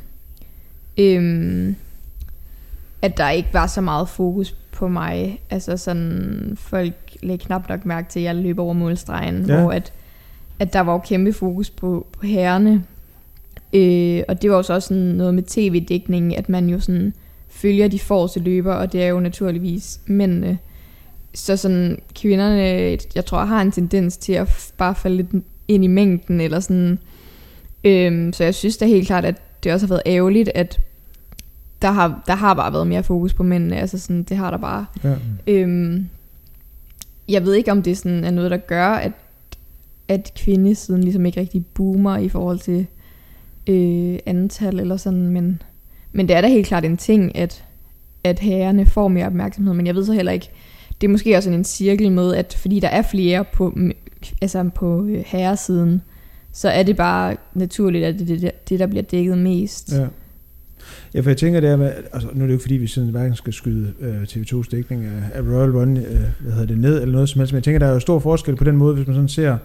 øhm, at der ikke var så meget fokus på mig. Altså sådan, folk lagde knap nok mærke til, at jeg løb over målstregen, ja. hvor at, at der var jo kæmpe fokus på, på herrerne. Øh, og det var jo så også sådan noget med tv-dækningen, at man jo sådan følger de forreste løber, og det er jo naturligvis mændene. Så sådan kvinderne, jeg tror, har en tendens til at f- bare falde lidt ind i mængden, eller sådan. Øh, så jeg synes da helt klart, at det også har været ærgerligt, at Der har, der har bare været mere fokus på mændene. Altså sådan, det har der bare. Ja. Øhm, jeg ved ikke, om det sådan er noget, der gør, at, at kvindesiden ligesom ikke rigtig boomer i forhold til øh, antal eller sådan. Men, men det er da helt klart en ting, at, at herrerne får mere opmærksomhed. Men jeg ved så heller ikke, det er måske også en cirkel med, at fordi der er flere på, altså på herresiden, så er det bare naturligt, at det er det, det, der bliver dækket mest. Ja. Ja, for jeg tænker det er med, altså nu er det jo ikke fordi vi sådan hverken skal skyde øh, T V to's dækning af, af Royal Run, øh, hvad hedder det, ned eller noget som helst, men jeg tænker der er jo stor forskel på den måde, hvis man sådan ser,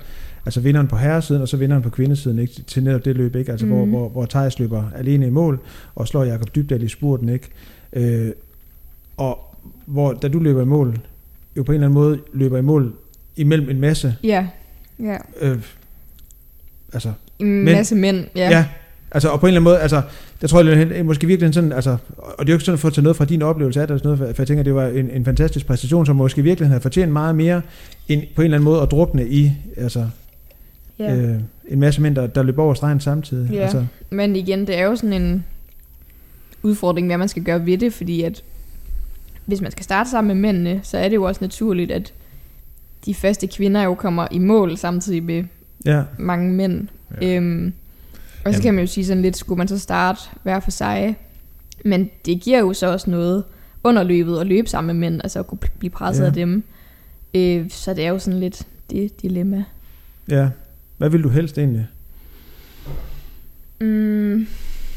altså vinderen på herresiden, og så vinderen på kvindesiden, ikke, til netop det løb, ikke? Altså mm. hvor, hvor, hvor Theis løber alene i mål, og slår Jakob Dybdahl i spurten, ikke? Øh, og hvor, da du løber i mål, jo på en eller anden måde løber i mål imellem en masse. Ja, ja. Øh, altså. En masse mænd, ja. Ja, altså, og på en eller anden måde, altså, jeg tror, det er måske virkelig sådan, altså, og det er jo ikke sådan for at tage noget fra din oplevelse af det, noget, for jeg tænker, det var en, en fantastisk præstation, som måske virkelig havde fortjent meget mere, end på en eller anden måde at drukne i, altså, ja. øh, en masse mænd, der, der løber over stregen samtidig. Ja, altså. Men igen, det er jo sådan en udfordring, hvad man skal gøre ved det, fordi at hvis man skal starte sammen med mændene, så er det jo også naturligt, at de faste kvinder jo kommer i mål samtidig med ja. mange mænd. Ja. Øhm, og så kan man jo sige sådan lidt, skulle man så starte hver for sig. Men det giver jo så også noget under løbet at løbe sammen med mænd, altså at kunne blive presset ja. af dem. Øh, så det er jo sådan lidt det dilemma. Ja. Hvad vil du helst egentlig? Mm,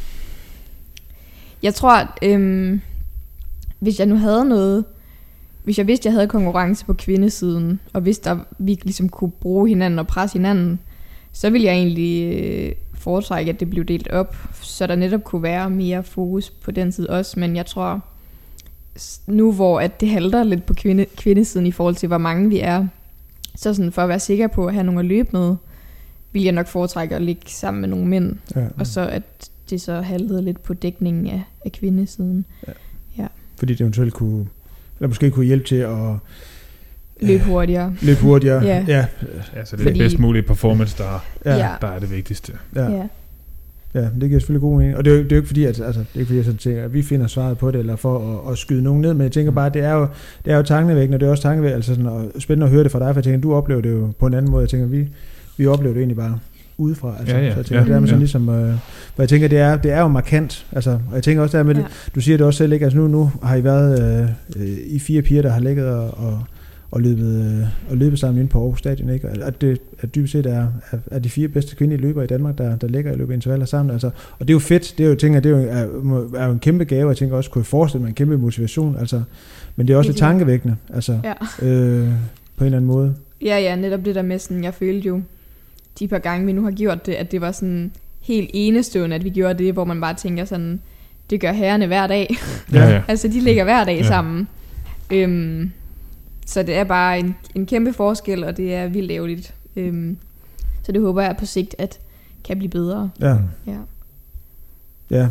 jeg tror, øhm, hvis jeg nu havde noget, hvis jeg vidste, jeg havde konkurrence på kvindesiden, og hvis der, vi ligesom kunne bruge hinanden og presse hinanden, så ville jeg egentlig øh, foretrække, at det blev delt op, så der netop kunne være mere fokus på den side også. Men jeg tror, nu hvor at det halter lidt på kvinde, kvindesiden i forhold til, hvor mange vi er, så sådan for at være sikker på at have nogen at løbe med, vil jeg nok foretrække at ligge sammen med nogle mænd, ja. og så at det så haltede lidt på dækningen af, af kvindesiden. Ja. Ja. Fordi det eventuelt kunne, eller måske kunne hjælpe til at løbe hurtigere. Løbe hurtigere, ja. ja. Altså det er det bedst mulige performance, der, ja. der er det vigtigste. Ja. Ja. Ja, det giver selvfølgelig god mening. Og det er jo, det er jo ikke fordi, at, altså, det er ikke fordi, jeg sådan tænker, at vi finder svaret på det, eller for at, at skyde nogen ned, men jeg tænker bare, at det er jo, det er jo tankevækkende, og det er også tankevækkende, altså sådan, og spændende at høre det fra dig, for jeg tænker, du oplever det jo på en anden måde. Jeg tænker, vi, vi oplever det egentlig bare udefra. Altså, ja, ja, så jeg tænker, ja, det er sådan ja. ligesom, øh, for jeg tænker, det er, det er jo markant. Altså, og jeg tænker også der med ja. det, du siger det også selv, ikke? Altså nu, nu har I været øh, i fire piger, der har ligget og, og og løbet, og løbet sammen inde på Aarhus Stadion, ikke? At det at dybest set er, er de fire bedste kvindelige løbere i Danmark, der, der ligger i løbet intervaller sammen. Altså, og det er jo fedt, det er jo, tænker, det er jo, er, er jo en kæmpe gave, jeg tænker også, kunne jeg forestille mig en kæmpe motivation, altså, men det er også lidt tankevækkende, altså, ja. øh, på en eller anden måde. Ja, ja, netop det der med sådan, jeg følte jo, de par gange vi nu har gjort det, at det var sådan helt enestående, at vi gjorde det, hvor man bare tænker sådan, det gør herrerne hver dag. Ja, ja. Altså, de ligger hver dag ja. sammen. Øhm, Så det er bare en, en kæmpe forskel, og det er vildt ærgerligt. Øhm, så det håber jeg på sigt, at kan blive bedre. Ja. Ja. Ja.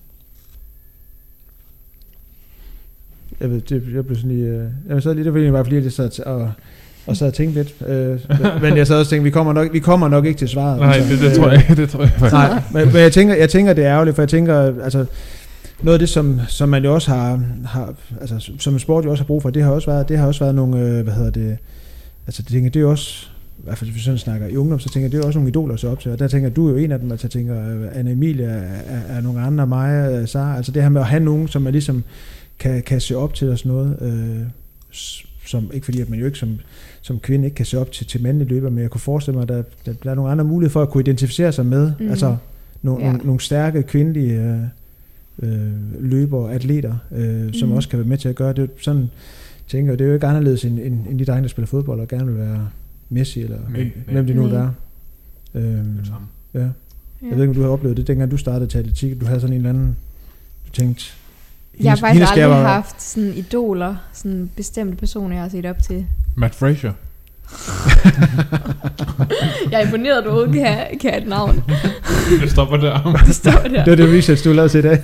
Jeg ved, det, jeg blev sådan lige... Jeg sad lige der, fordi bare fordi jeg sad og, og sad og tænkte lidt. Øh, men jeg sad også og tænkte, vi kommer nok, vi kommer nok ikke til svaret. Nej, altså, det, det, øh, tror jeg, det tror jeg faktisk. Nej, men, men jeg tænker, jeg tænker, det er ærgerligt, for jeg tænker, altså... Noget af det, som, som man jo også har, har, altså som en sport jo også har brug for, det har også været, det har også været nogle, øh, hvad hedder det, altså det tænker, det er jo også, i hvert fald hvis vi sådan snakker i ungdom, så tænker jeg, det er også nogle idoler at se op til, og der tænker du er jo en af dem, altså jeg tænker, Anna Emilie er, er, er nogle andre, mig, Sara, altså det her med at have nogen, som man ligesom kan, kan se op til og sådan noget, øh, som, ikke fordi at man jo ikke som, som kvinde ikke kan se op til, til mandlige løber, men jeg kunne forestille mig, at der, der, der er nogle andre muligheder for at kunne identificere sig med, mm. altså no, ja. nogle, nogle stærke kvindelige øh, Øh, løber og atleter, øh, som mm. også kan være med til at gøre det. Sådan tænker jeg, det er jo ikke anderledes end, end, end de drenge, der spiller fodbold og gerne vil være Messi eller hvem, hvem de nu vil være. Øhm, ja. Jeg ja. ved ikke, om du har oplevet det, dengang du startede til atletik, du havde sådan en eller anden, du tænkte, jeg har faktisk aldrig var... haft sådan idoler, sådan bestemte personer, jeg har set op til. Matt Fraser. Jeg er imponeret, at du overhovedet kan, kan have et navn. Det stopper der. Det stopper der. Det er det research, du har lavet til i dag.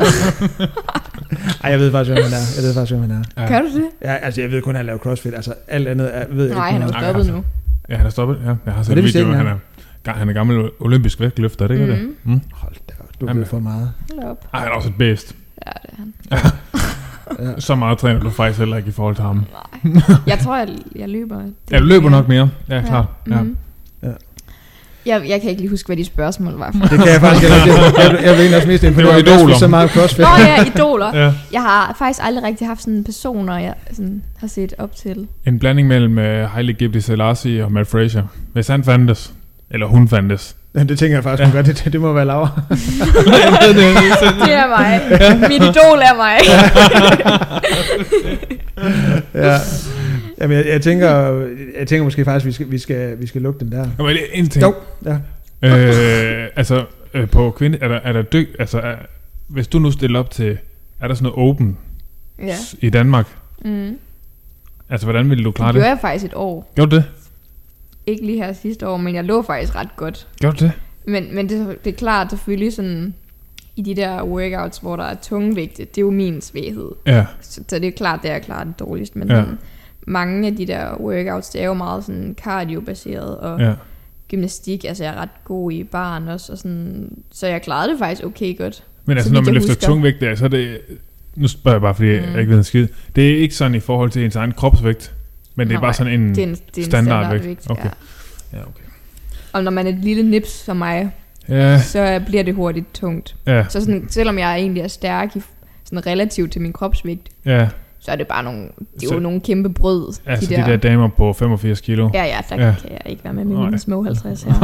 Ej, jeg ved faktisk, hvem han er. Jeg ved faktisk, hvem han er. Ja. Kan du det? Ja, altså jeg ved kun, at han laver CrossFit. Altså alt andet er, ved jeg Nej, ikke. Han er jo stoppet nu. Ja, han er stoppet. Ja, jeg har set en video, han er, han er gammel olympisk vægtløfter, det ikke mm. det? Mm. Hold da, du ved for meget. Hold op. Ej, han er også et bedst. Ja, det er han. Ja. Så meget træner du faktisk heller ikke i forhold til ham. Nej. Jeg tror, jeg, jeg løber. Ja, du løber nok mere. Ja, klart. Ja. Mm-hmm. Ja. Jeg, jeg kan ikke lige huske, hvad de spørgsmål var. Det kan jeg faktisk ikke. Jeg, jeg, jeg ved også mest imponeret. Det var idoler. Så meget CrossFit. Nå ja, idoler. Ja. Jeg har faktisk aldrig rigtig haft sådan personer, jeg sådan har set op til. En blanding mellem uh, Haile Gebrselassie og Matt Fraser. Hvis han fandtes, eller hun fandtes. Ja, det tænker jeg faktisk, ja. det, det må være Laura. Det er mig. Mit idol er mig. Ja. Jamen, jeg, jeg, tænker, jeg tænker måske faktisk, vi skal, vi skal, vi skal lukke den der. Jamen, en ting. Jo, ja. Øh, altså, øh, på kvinde, er der, er der dyk, altså, er, hvis du nu stiller op til, er der sådan noget open ja. i Danmark? Mm. Altså, hvordan ville du klare det? Det gjorde jeg faktisk et år. Gjorde du det? Ikke lige her sidste år, men jeg lå faktisk ret godt. Gjorde du det? Men, men det, det er klart selvfølgelig sådan, i de der workouts, hvor der er tungvægte, det er jo min svaghed. Ja. Så, så det er klart, det er klart det dårligst. Men ja. sådan, mange af de der workouts, det er jo meget sådan cardio-baseret, og ja. gymnastik, altså jeg er ret god i barn også, og sådan, så jeg klarede det faktisk okay godt. Men altså, når man løfter tungvægt der, så er det, nu spørger jeg bare, fordi mm. jeg ikke ved en skid, det er ikke sådan i forhold til ens egen kropsvægt, men det er Nå, bare sådan en, det er en, det er en standardvægt. standardvægt. Okay. Ja. Ja, okay. Og når man er et lille nips som mig, ja. så bliver det hurtigt tungt. Ja. Så sådan, selvom jeg egentlig er stærk i, sådan relativt til min kropsvægt, ja. så er det bare nogle, det er så, jo nogle kæmpe brød. Altså de der, de der damer på femogfirs kilo. Ja, ja, der ja. kan jeg ikke være med med mine små halvtreds her.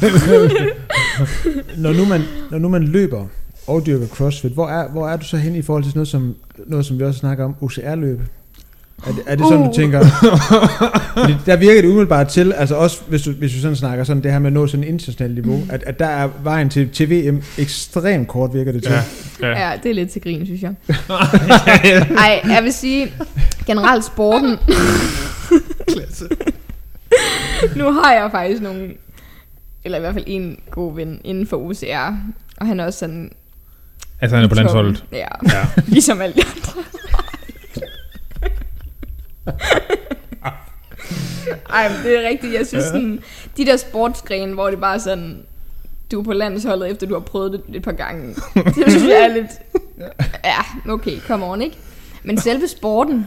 når, nu man, når nu man løber og dyrker CrossFit, hvor er, hvor er du så hen i forhold til sådan noget som, noget, som vi også snakker om, O C R-løb? Er det, er det sådan, uh. du tænker? Der virker det umiddelbart til, altså også hvis du, hvis du sådan snakker sådan, det her med at nå sådan et internationalt niveau, mm. at, at der er vejen til, til V M ekstremt kort, virker det til. Ja, ja. ja det er lidt til grin, synes jeg. Ej, jeg vil sige, generelt sporten. Klasse. Nu har jeg faktisk nogle, eller i hvert fald en god ven inden for O C R, og han er også sådan... Altså han er på landsholdet? Ja, ja. Ligesom alle de andre. Ej, men det er rigtigt. Jeg synes sådan, de der sportsgrene, hvor det bare sådan, du er på landsholdet, efter du har prøvet det et par gange. Det synes jeg er lidt, ja, okay, come on, ikke? Men selve sporten,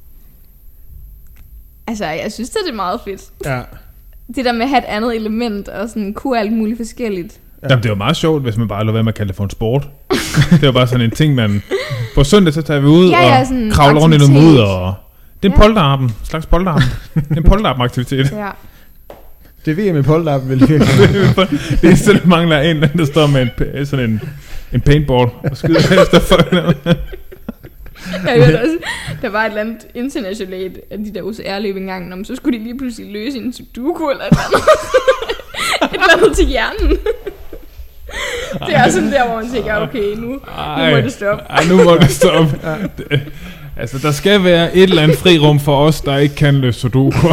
altså, jeg synes, det er meget fedt. Ja. Det der med at have et andet element, og sådan kunne alt muligt forskelligt. Ja. Jamen, det var meget sjovt, hvis man bare lå være med at kalde det for en sport. Det var bare sådan en ting, man... På søndag, så tager vi ud ja, ja, og kravler rundt i noget mudder, og... Det er en ja. polterappen, en slags polterappen. Det er en polterappen-aktivitet. Ja. Det er V M i polterappen, vil virkelig. Det er sådan, mangler en, der står med en, sådan en, en paintball og skyder efter folk. Jeg hørte også, der var et eller andet internationalt af de der O C R-løb engang, om så skulle de lige pludselig løse en sudoku eller et eller andet. et eller andet til hjernen. Det er sådan der, hvor man tænker, okay, nu, nu må det stoppe. Ej, nu må det stoppe. Det, altså, der skal være et eller andet frirum for os, der ikke kan løse sudoku.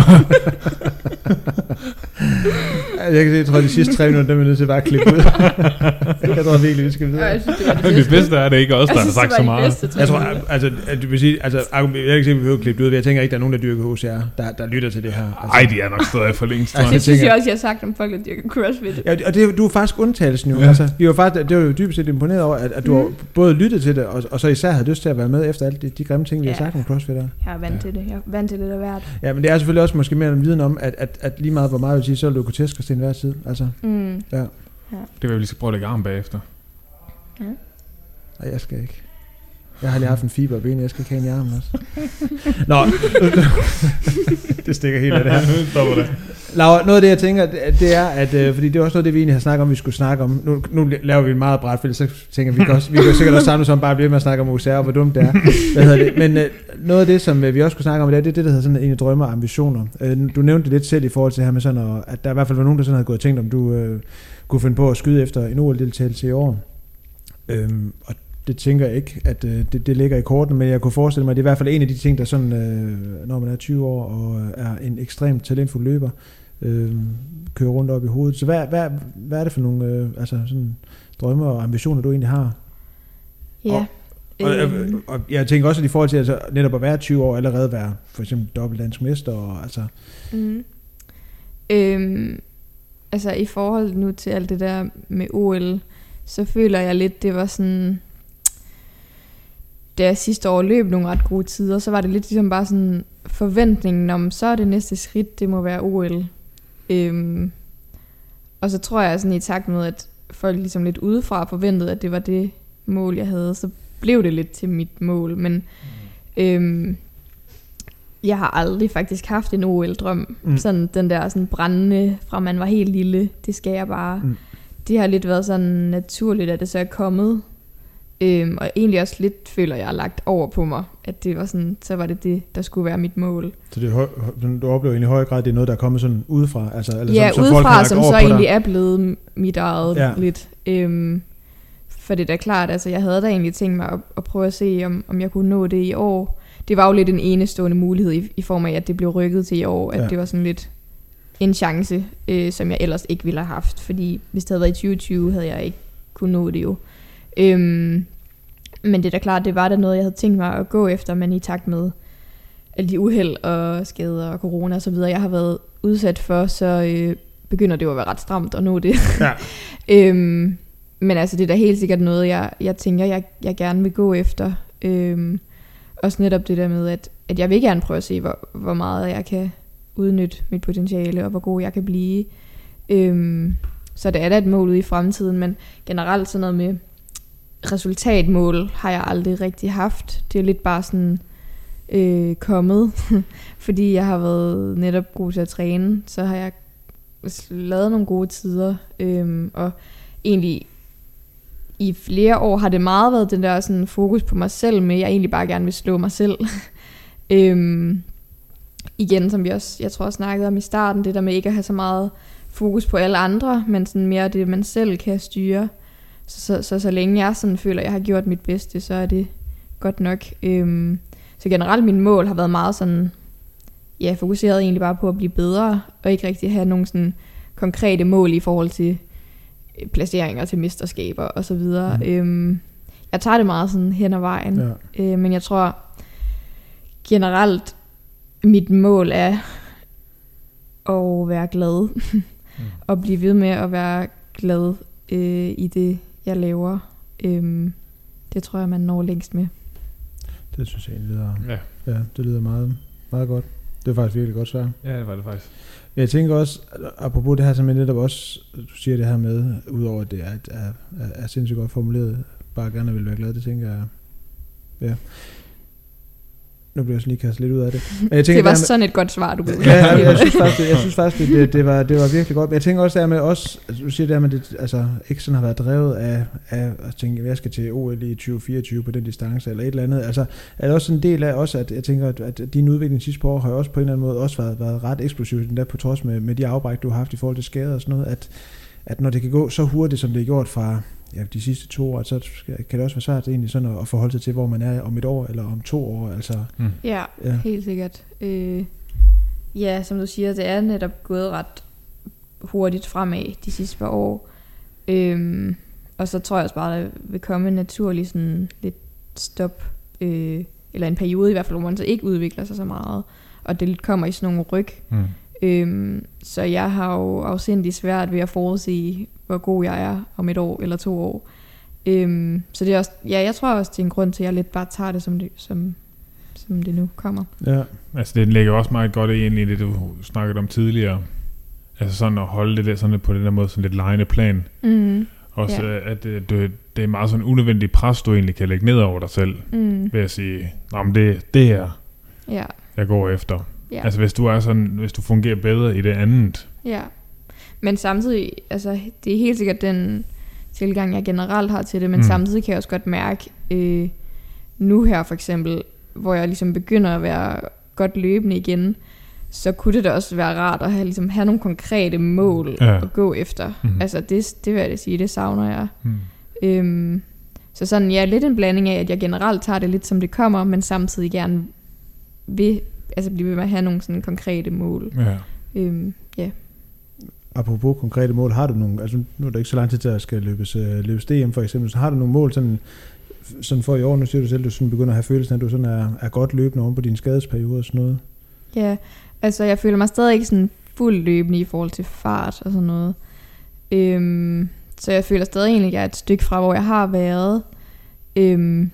Jeg kan se, jeg tror, de sidste tre minutter, dem er nødt til bare at klippe ud. Jeg tror virkelig, vi skal videre. Jeg synes, det var det bedste. Det bedste er det ikke også, der har sagt så meget. Bedste, jeg tror, altså, at du vil sige, altså, jeg kan ikke se, at vi behøver klippe ud. Jeg tænker ikke, der er nogen, der dyrker H C R, der, der lytter til det her. Altså. Ej, de er nok stadig for længst. Altså, det synes jeg også, jeg har sagt om folk, der dyrker CrossFit. Ja, og det, du er faktisk undtagelsen jo. Ja. Altså, vi var faktisk, det var jo dybest set imponeret over, at, at du mm. har både lyttet til det, og, og så især havde lyst til at være med efter alle de, de grimme ting, vi ja. har sagt om CrossFit. Der. Jeg er vant ja. til det. Jeg er vant til det, der er værd. Ja, men det er selvfølgelig også måske mere en viden om, at, at, at lige meget hvor meget vil sige, så er du grotesk til enhver tid. Altså, mm. ja. ja. Det vil vi lige prøve at lægge arm bagefter. Ja. Nej, jeg skal ikke. Jeg har lige haft en fiber i benet, jeg skal ikke have en i armen også. Nå, det stikker helt af det her. Laura, noget af det, jeg tænker, det er, at, øh, fordi det er også noget, det vi egentlig har snakket om, vi skulle snakke om. Nu, nu laver vi en meget bræt, fordi så tænker vi, også, vi kan sikkert også samles om bare at blive med at snakke om O C R, og hvor dumt det er. Hvad hedder det? Men øh, noget af det, som øh, vi også skulle snakke om, det er det, det der hedder sådan en drømme og ambitioner. Øh, du nævnte det lidt selv i forhold til det her med sådan, og, at der i hvert fald var nogen, der sådan havde gået og tænkt, om du øh, kunne finde på at skyde efter en O L-deltagelse i år. Øh, og det tænker jeg ikke, at øh, det, det ligger i kortene, men jeg kunne forestille mig, at det er i hvert fald en af de ting, der sådan, øh, når man er tyve år og er en ekstremt talentfuld løber, øh, kører rundt op i hovedet. Så hvad, hvad, hvad er det for nogle øh, altså sådan, drømme og ambitioner, du egentlig har? Ja. Og, og, og, og jeg tænker også, at i forhold til altså, netop at være tyve år, allerede være for eksempel dobbelt dansk mester. Og, altså. Mm. Øhm, altså i forhold nu til alt det der med O L, så føler jeg lidt, det var sådan... Da jeg sidste år løb nogle ret gode tider, så var det lidt ligesom bare sådan forventningen om, så er det næste skridt, det må være O L. Øhm, og så tror jeg sådan i takt med, at folk ligesom lidt udefra forventede, at det var det mål, jeg havde, så blev det lidt til mit mål. Men øhm, jeg har aldrig faktisk haft en O L-drøm. Mm. Sådan den der sådan brændende, fra man var helt lille, det skal jeg bare. Mm. Det har lidt været sådan naturligt, at det så er kommet. Øhm, og egentlig også lidt føler jeg har lagt over på mig, at det var sådan, så var det det, der skulle være mit mål. Så det, du oplever egentlig i høj grad, det er noget, der er kommet sådan udefra? Altså, eller ja, som, udefra, som så egentlig er blevet mit eget ja. lidt. Øhm, for det er da klart, altså jeg havde da egentlig tænkt mig at, at prøve at se, om, om jeg kunne nå det i år. Det var jo lidt en enestående mulighed i, i form af, at det blev rykket til i år, at ja. det var sådan lidt en chance, øh, som jeg ellers ikke ville have haft, fordi hvis det havde været i tyve tyve, havde jeg ikke kunne nå det jo. Øhm, men det er da klart, det var da noget, jeg havde tænkt mig at gå efter, men i takt med alle de uheld og skader og corona og så videre, jeg har været udsat for, så øh, begynder det jo at være ret stramt at nå det. Ja. øhm, men altså, det er da helt sikkert noget, jeg, jeg tænker, jeg, jeg gerne vil gå efter. Øhm, også netop det der med, at, at jeg vil gerne prøve at se, hvor, hvor meget jeg kan udnytte mit potentiale, og hvor god jeg kan blive. Øhm, så det er da et mål ude i fremtiden, men generelt sådan noget med resultatmål har jeg aldrig rigtig haft. Det er lidt bare sådan øh, kommet, fordi jeg har været netop god til at træne, så har jeg lavet nogle gode tider, øhm, og egentlig i flere år har det meget været den der sådan fokus på mig selv med, jeg egentlig bare gerne vil slå mig selv. øhm, igen, som vi også, jeg tror jeg snakkede om i starten, det der med ikke at have så meget fokus på alle andre, men sådan mere det, man selv kan styre. Så, så, så, så længe jeg sådan føler, at jeg har gjort mit bedste, så er det godt nok. Øhm, så generelt mine mål har været meget sådan, ja, fokuseret egentlig bare på at blive bedre, og ikke rigtig have nogle sådan konkrete mål i forhold til placeringer til mesterskaber og så videre. Mm. Øhm, jeg tager det meget sådan hen ad vejen, ja. øh, men jeg tror generelt, mit mål er at være glad, mm. og blive ved med at være glad øh, i det, jeg laver. Øhm, det tror jeg, man når længst med. Det synes jeg egentlig lyder, ja. Ja, det lyder meget, meget godt. Det er faktisk virkelig godt svar. Ja, det var det faktisk. Jeg tænker også, apropos det her, som jeg netop også, du siger det her med, udover at det er, er, er, er sindssygt godt formuleret, bare gerne vil være glad, det tænker jeg, ja. Nu bliver jeg lige kastet lidt ud af det. Men jeg tænker, det var med, sådan et godt svar, du blev. Ja, jeg, jeg synes faktisk, det, jeg synes faktisk det, det, var, det var virkelig godt. Men jeg tænker også der med os, altså, du siger der med det, altså ikke sådan har været drevet af, af at tænke, jeg skal til O L i tyve fireogtyve på den distance eller et eller andet. Altså er det også en del af også, at jeg tænker, at, at din udvikling sidste par år har også på en eller anden måde også været, været ret eksplosiv, den der på trods med, med de afbræk, du har haft i forhold til skader og sådan noget, at, at når det kan gå så hurtigt, som det er gjort fra ja, de sidste to år, så kan det også være svært egentlig sådan at forholde sig til, hvor man er om et år eller om to år. Altså, mm. ja, ja, helt sikkert. Øh, ja, som du siger, det er netop gået ret hurtigt fremad de sidste par år. Øh, og så tror jeg også bare, at der vil komme en naturlig sådan lidt stop, øh, eller en periode i hvert fald, hvor man så ikke udvikler sig så meget, og det lidt kommer i sådan nogle ryg. Mm. Øhm, så jeg har jo afsindigt svært ved at forudse, hvor god jeg er om et år eller to år. Øhm, så det er også, ja, jeg tror også, det er en grund til, at jeg lidt bare tager det, som det, som, som det nu kommer. Ja, altså det ligger også meget godt egentlig i det, du snakkede om tidligere. Altså sådan at holde det der, sådan på den der måde, sådan lidt lejende plan. Mm. Også ja. At det, det, det er meget sådan en unødvendig pres, du egentlig kan lægge ned over dig selv. Mm. Ved at sige, nå, men det, det her, ja. Jeg går efter. Ja. Altså hvis du er sådan, hvis du fungerer bedre i det andet. Ja. Men samtidig, altså det er helt sikkert den tilgang jeg generelt har til det, men mm. samtidig kan jeg også godt mærke øh, nu her for eksempel, hvor jeg ligesom begynder at være godt løbende igen, så kunne det da også være rart at have, ligesom, have nogle konkrete mål ja. At gå efter. Mm. Altså det, det vil jeg da sige, det savner jeg. Mm. Øhm, så sådan ja, lidt en blanding af, at jeg generelt tager det lidt som det kommer, men samtidig gerne vil altså blive ved med at have nogle sådan konkrete mål. Ja. Øhm, yeah. Apropos konkrete mål, har du nogle, altså nu er der ikke så lang tid til at skal løbes, uh, løbes D M for eksempel, så har du nogle mål sådan, sådan for i år, nu siger du selv, at du sådan begynder at have følelsen, at du sådan er, er godt løbende oven på dine skadesperiode og sådan noget? Ja, altså jeg føler mig stadig ikke sådan fuld løbende i forhold til fart og sådan noget. Øhm, så jeg føler stadig egentlig, at jeg er et stykke fra, hvor jeg har været. Øhm,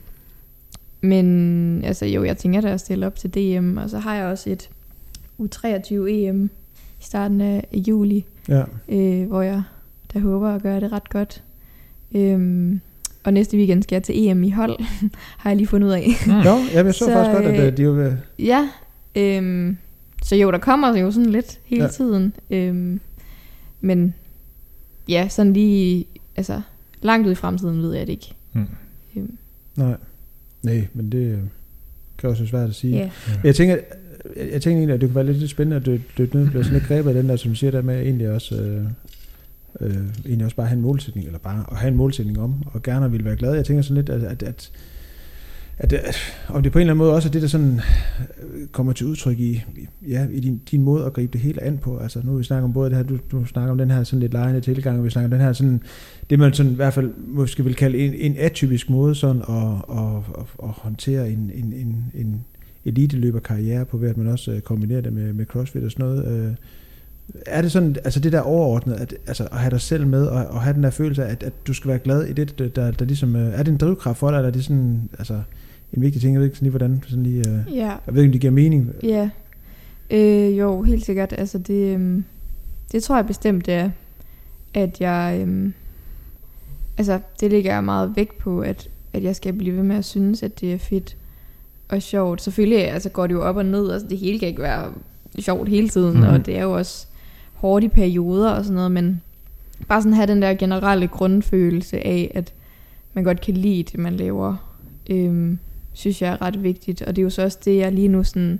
Men altså jo, jeg tænker da at stille op til D M, og så har jeg også et U treogtyve E M i starten af juli, ja. øh, hvor jeg der håber at gøre det ret godt. Øhm, og næste weekend skal jeg til E M i hold, har jeg lige fundet ud af. Mm. Jo, jeg så, så faktisk godt, at de jo vil... Ja, øhm, så jo, der kommer jo sådan lidt hele ja. Tiden. Øhm, men ja, sådan lige, altså langt ud i fremtiden ved jeg det ikke. Mm. Øhm. Nej. Nej, men det kan også være svært at sige. Yeah. Jeg tænker, jeg, jeg tænker egentlig, at det kunne være lidt spændende, at det, det, det bliver sådan lidt grebet af den der, som du siger der med, egentlig også, øh, øh, egentlig også bare have en målsætning, eller bare at have en målsætning om, og gerne ville være glad. Jeg tænker sådan lidt, at, at, at At, at, om det på en eller anden måde også er det, der sådan kommer til udtryk i, ja, i din, din måde at gribe det hele an på. Altså nu har vi snakket om både det her, du, du snakker om den her sådan lidt lejende tilgang, og vi snakker om den her sådan, det man sådan i hvert fald måske vil kalde en, en atypisk måde sådan at, at, at, at håndtere en, en, en, en eliteløberkarriere på, ved at man også kombinerer det med, med CrossFit og sådan noget. Er det sådan, altså det der overordnet, at, altså at have dig selv med, og, og have den der følelse af, at, at du skal være glad i det, der, der, der ligesom, er det en drivkraft for dig, eller er det sådan, altså en vigtig ting, jeg ved ikke sådan lige, hvordan, sådan lige, uh, ja. Jeg ved ikke, om det giver mening. Ja, øh, jo, helt sikkert, altså det, øh, det tror jeg bestemt, det er, at jeg, øh, altså det lægger jeg meget vægt på, at, at jeg skal blive ved med at synes, at det er fedt og sjovt. Selvfølgelig altså går det jo op og ned, altså det hele kan ikke være sjovt hele tiden, mm-hmm. og det er jo også hårdt i perioder og sådan noget, men bare sådan have den der generelle grundfølelse af, at man godt kan lide det, man laver, øhm, synes jeg er ret vigtigt, og det er jo så også det, jeg lige nu sådan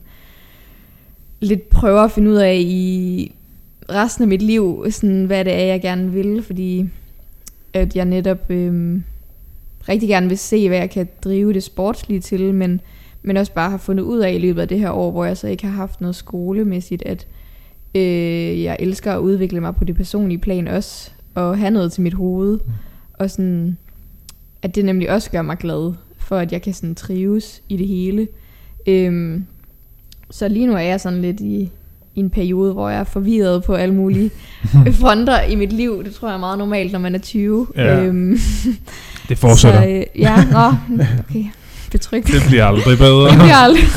lidt prøver at finde ud af i resten af mit liv, sådan hvad det er, jeg gerne vil, fordi at jeg netop øhm, rigtig gerne vil se, hvad jeg kan drive det sportslige til, men men også bare har fundet ud af i løbet af det her år, hvor jeg så ikke har haft noget skolemæssigt, at øh, jeg elsker at udvikle mig på det personlige plan også, og have noget til mit hoved, mm. og sådan, at det nemlig også gør mig glad, for at jeg kan sådan trives i det hele. Øhm, så lige nu er jeg sådan lidt i, i en periode, hvor jeg er forvirret på alle mulige fronter i mit liv. Det tror jeg er meget normalt, når man er tyve. Ja. Øhm, det fortsætter. Så, øh, ja, nå, okay. Betrygt. Det bliver aldrig bedre. Det bliver aldrig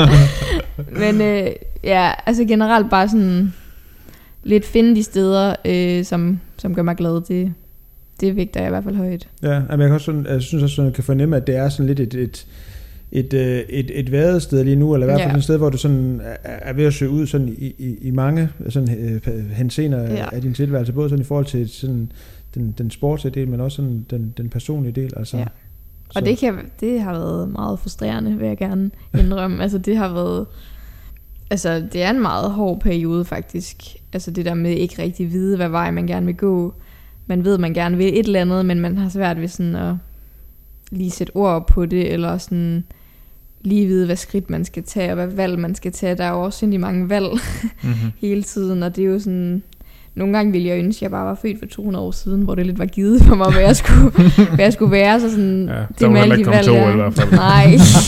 Men øh, ja, altså generelt bare sådan lidt finde de steder, øh, som, som gør mig glad. Det, det vægter jeg i hvert fald højt. Ja, men jeg, kan også sådan, jeg synes også, at man kan fornemme, at det er sådan lidt et, et, et, et, et, et vadested lige nu, eller i hvert fald ja. Et sted, hvor du sådan er, er ved at søge ud sådan i, i, i mange sådan, øh, henseender ja. Af din tilværelse, både sådan i forhold til sådan, den, den sportslige del, men også sådan, den, den personlige del. Altså. Ja. Og det, kan, det har været meget frustrerende, vil jeg gerne indrømme. altså det har været, altså det er en meget hård periode faktisk. Altså det der med ikke rigtig vide, hvad vej man gerne vil gå. Man ved, man gerne vil et eller andet, men man har svært ved sådan at lige sætte ord op på det, eller sådan lige vide, hvad skridt man skal tage, og hvad valg man skal tage. Der er jo også sindssygt mange valg mm-hmm. hele tiden, og det er jo sådan... Nogle gange ville jeg ønske, at jeg bare var født for to hundrede år siden, hvor det lidt var givet for mig, hvad jeg skulle, hvad jeg skulle være. Så sådan, ja, det var heller ikke kommet to i hvert fald. Nej.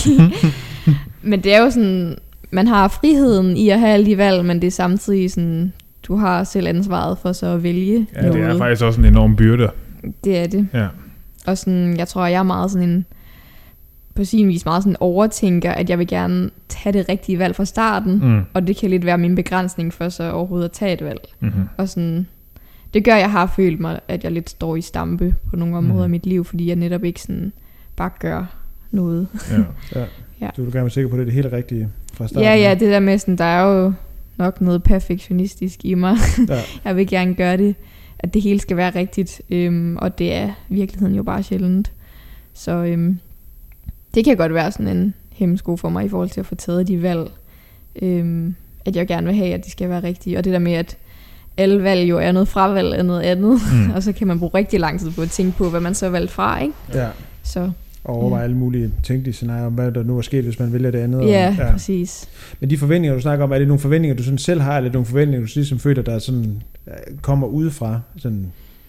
Men det er jo sådan, man har friheden i at have alle de valg, men det er samtidig sådan, du har selv ansvaret for så at vælge ja, noget. Det er faktisk også en enorm byrde. Det er det. Ja. Og sådan, jeg tror, jeg er meget sådan en, på sin vis meget sådan overtænker, at jeg vil gerne tage det rigtige valg fra starten, mm. og det kan lidt være min begrænsning for så overhovedet at tage et valg. Mm-hmm. Og sådan, det gør, at jeg har følt mig, at jeg lidt står i stampe på nogle områder mm. af mit liv, fordi jeg netop ikke sådan bare gør noget. Ja. ja. ja. Du vil gerne være sikker på, at det er det helt rigtige fra starten. Ja, ja, det der med sådan, der er jo nok noget perfektionistisk i mig. Ja. Jeg vil gerne gøre det, at det hele skal være rigtigt, øhm, og det er virkeligheden jo bare sjældent. Så øhm, det kan godt være sådan en hemmesko for mig i forhold til at få taget de valg, øhm, at jeg gerne vil have, at de skal være rigtige. Og det der med, at alle valg jo er noget fravalg af noget andet, mm. og så kan man bruge rigtig lang tid på at tænke på, hvad man så har valgt fra, ikke? Ja. Så, og overveje ja. Alle mulige tænkelige scenarier om, hvad der nu er sket, hvis man vælger det andet. Ja, og, ja, præcis. Men de forventninger, du snakker om, er det nogle forventninger, du sådan selv har, eller nogle forventninger, du ligesom føler, der sådan, kommer udefra? Sådan?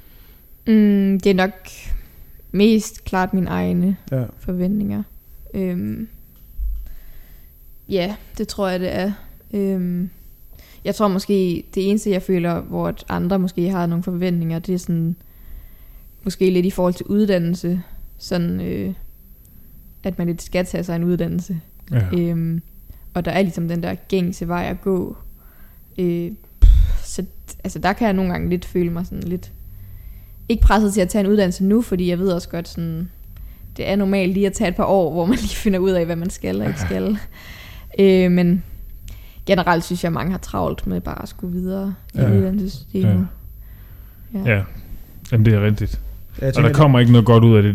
Mm, det er nok mest klart mine egne ja. Forventninger. Øhm, ja, det tror jeg, det er. Øhm, jeg tror måske, det eneste, jeg føler, hvor andre måske har nogle forventninger, det er sådan, måske lidt i forhold til uddannelse, sådan, øh, at man lidt skal tage sig en uddannelse. Ja. Øhm, og der er ligesom den der gængse vej at gå. Øh, så altså, der kan jeg nogle gange lidt føle mig sådan lidt, ikke presset til at tage en uddannelse nu, fordi jeg ved også godt sådan, det er normalt lige at tage et par år, hvor man lige finder ud af, hvad man skal og ikke skal. Øh, men generelt synes jeg, at mange har travlt med bare at skulle videre i ja. Uddannelsessystemet. Ja. Ja. ja, jamen det er rigtigt. Og der kommer ikke noget godt ud af det der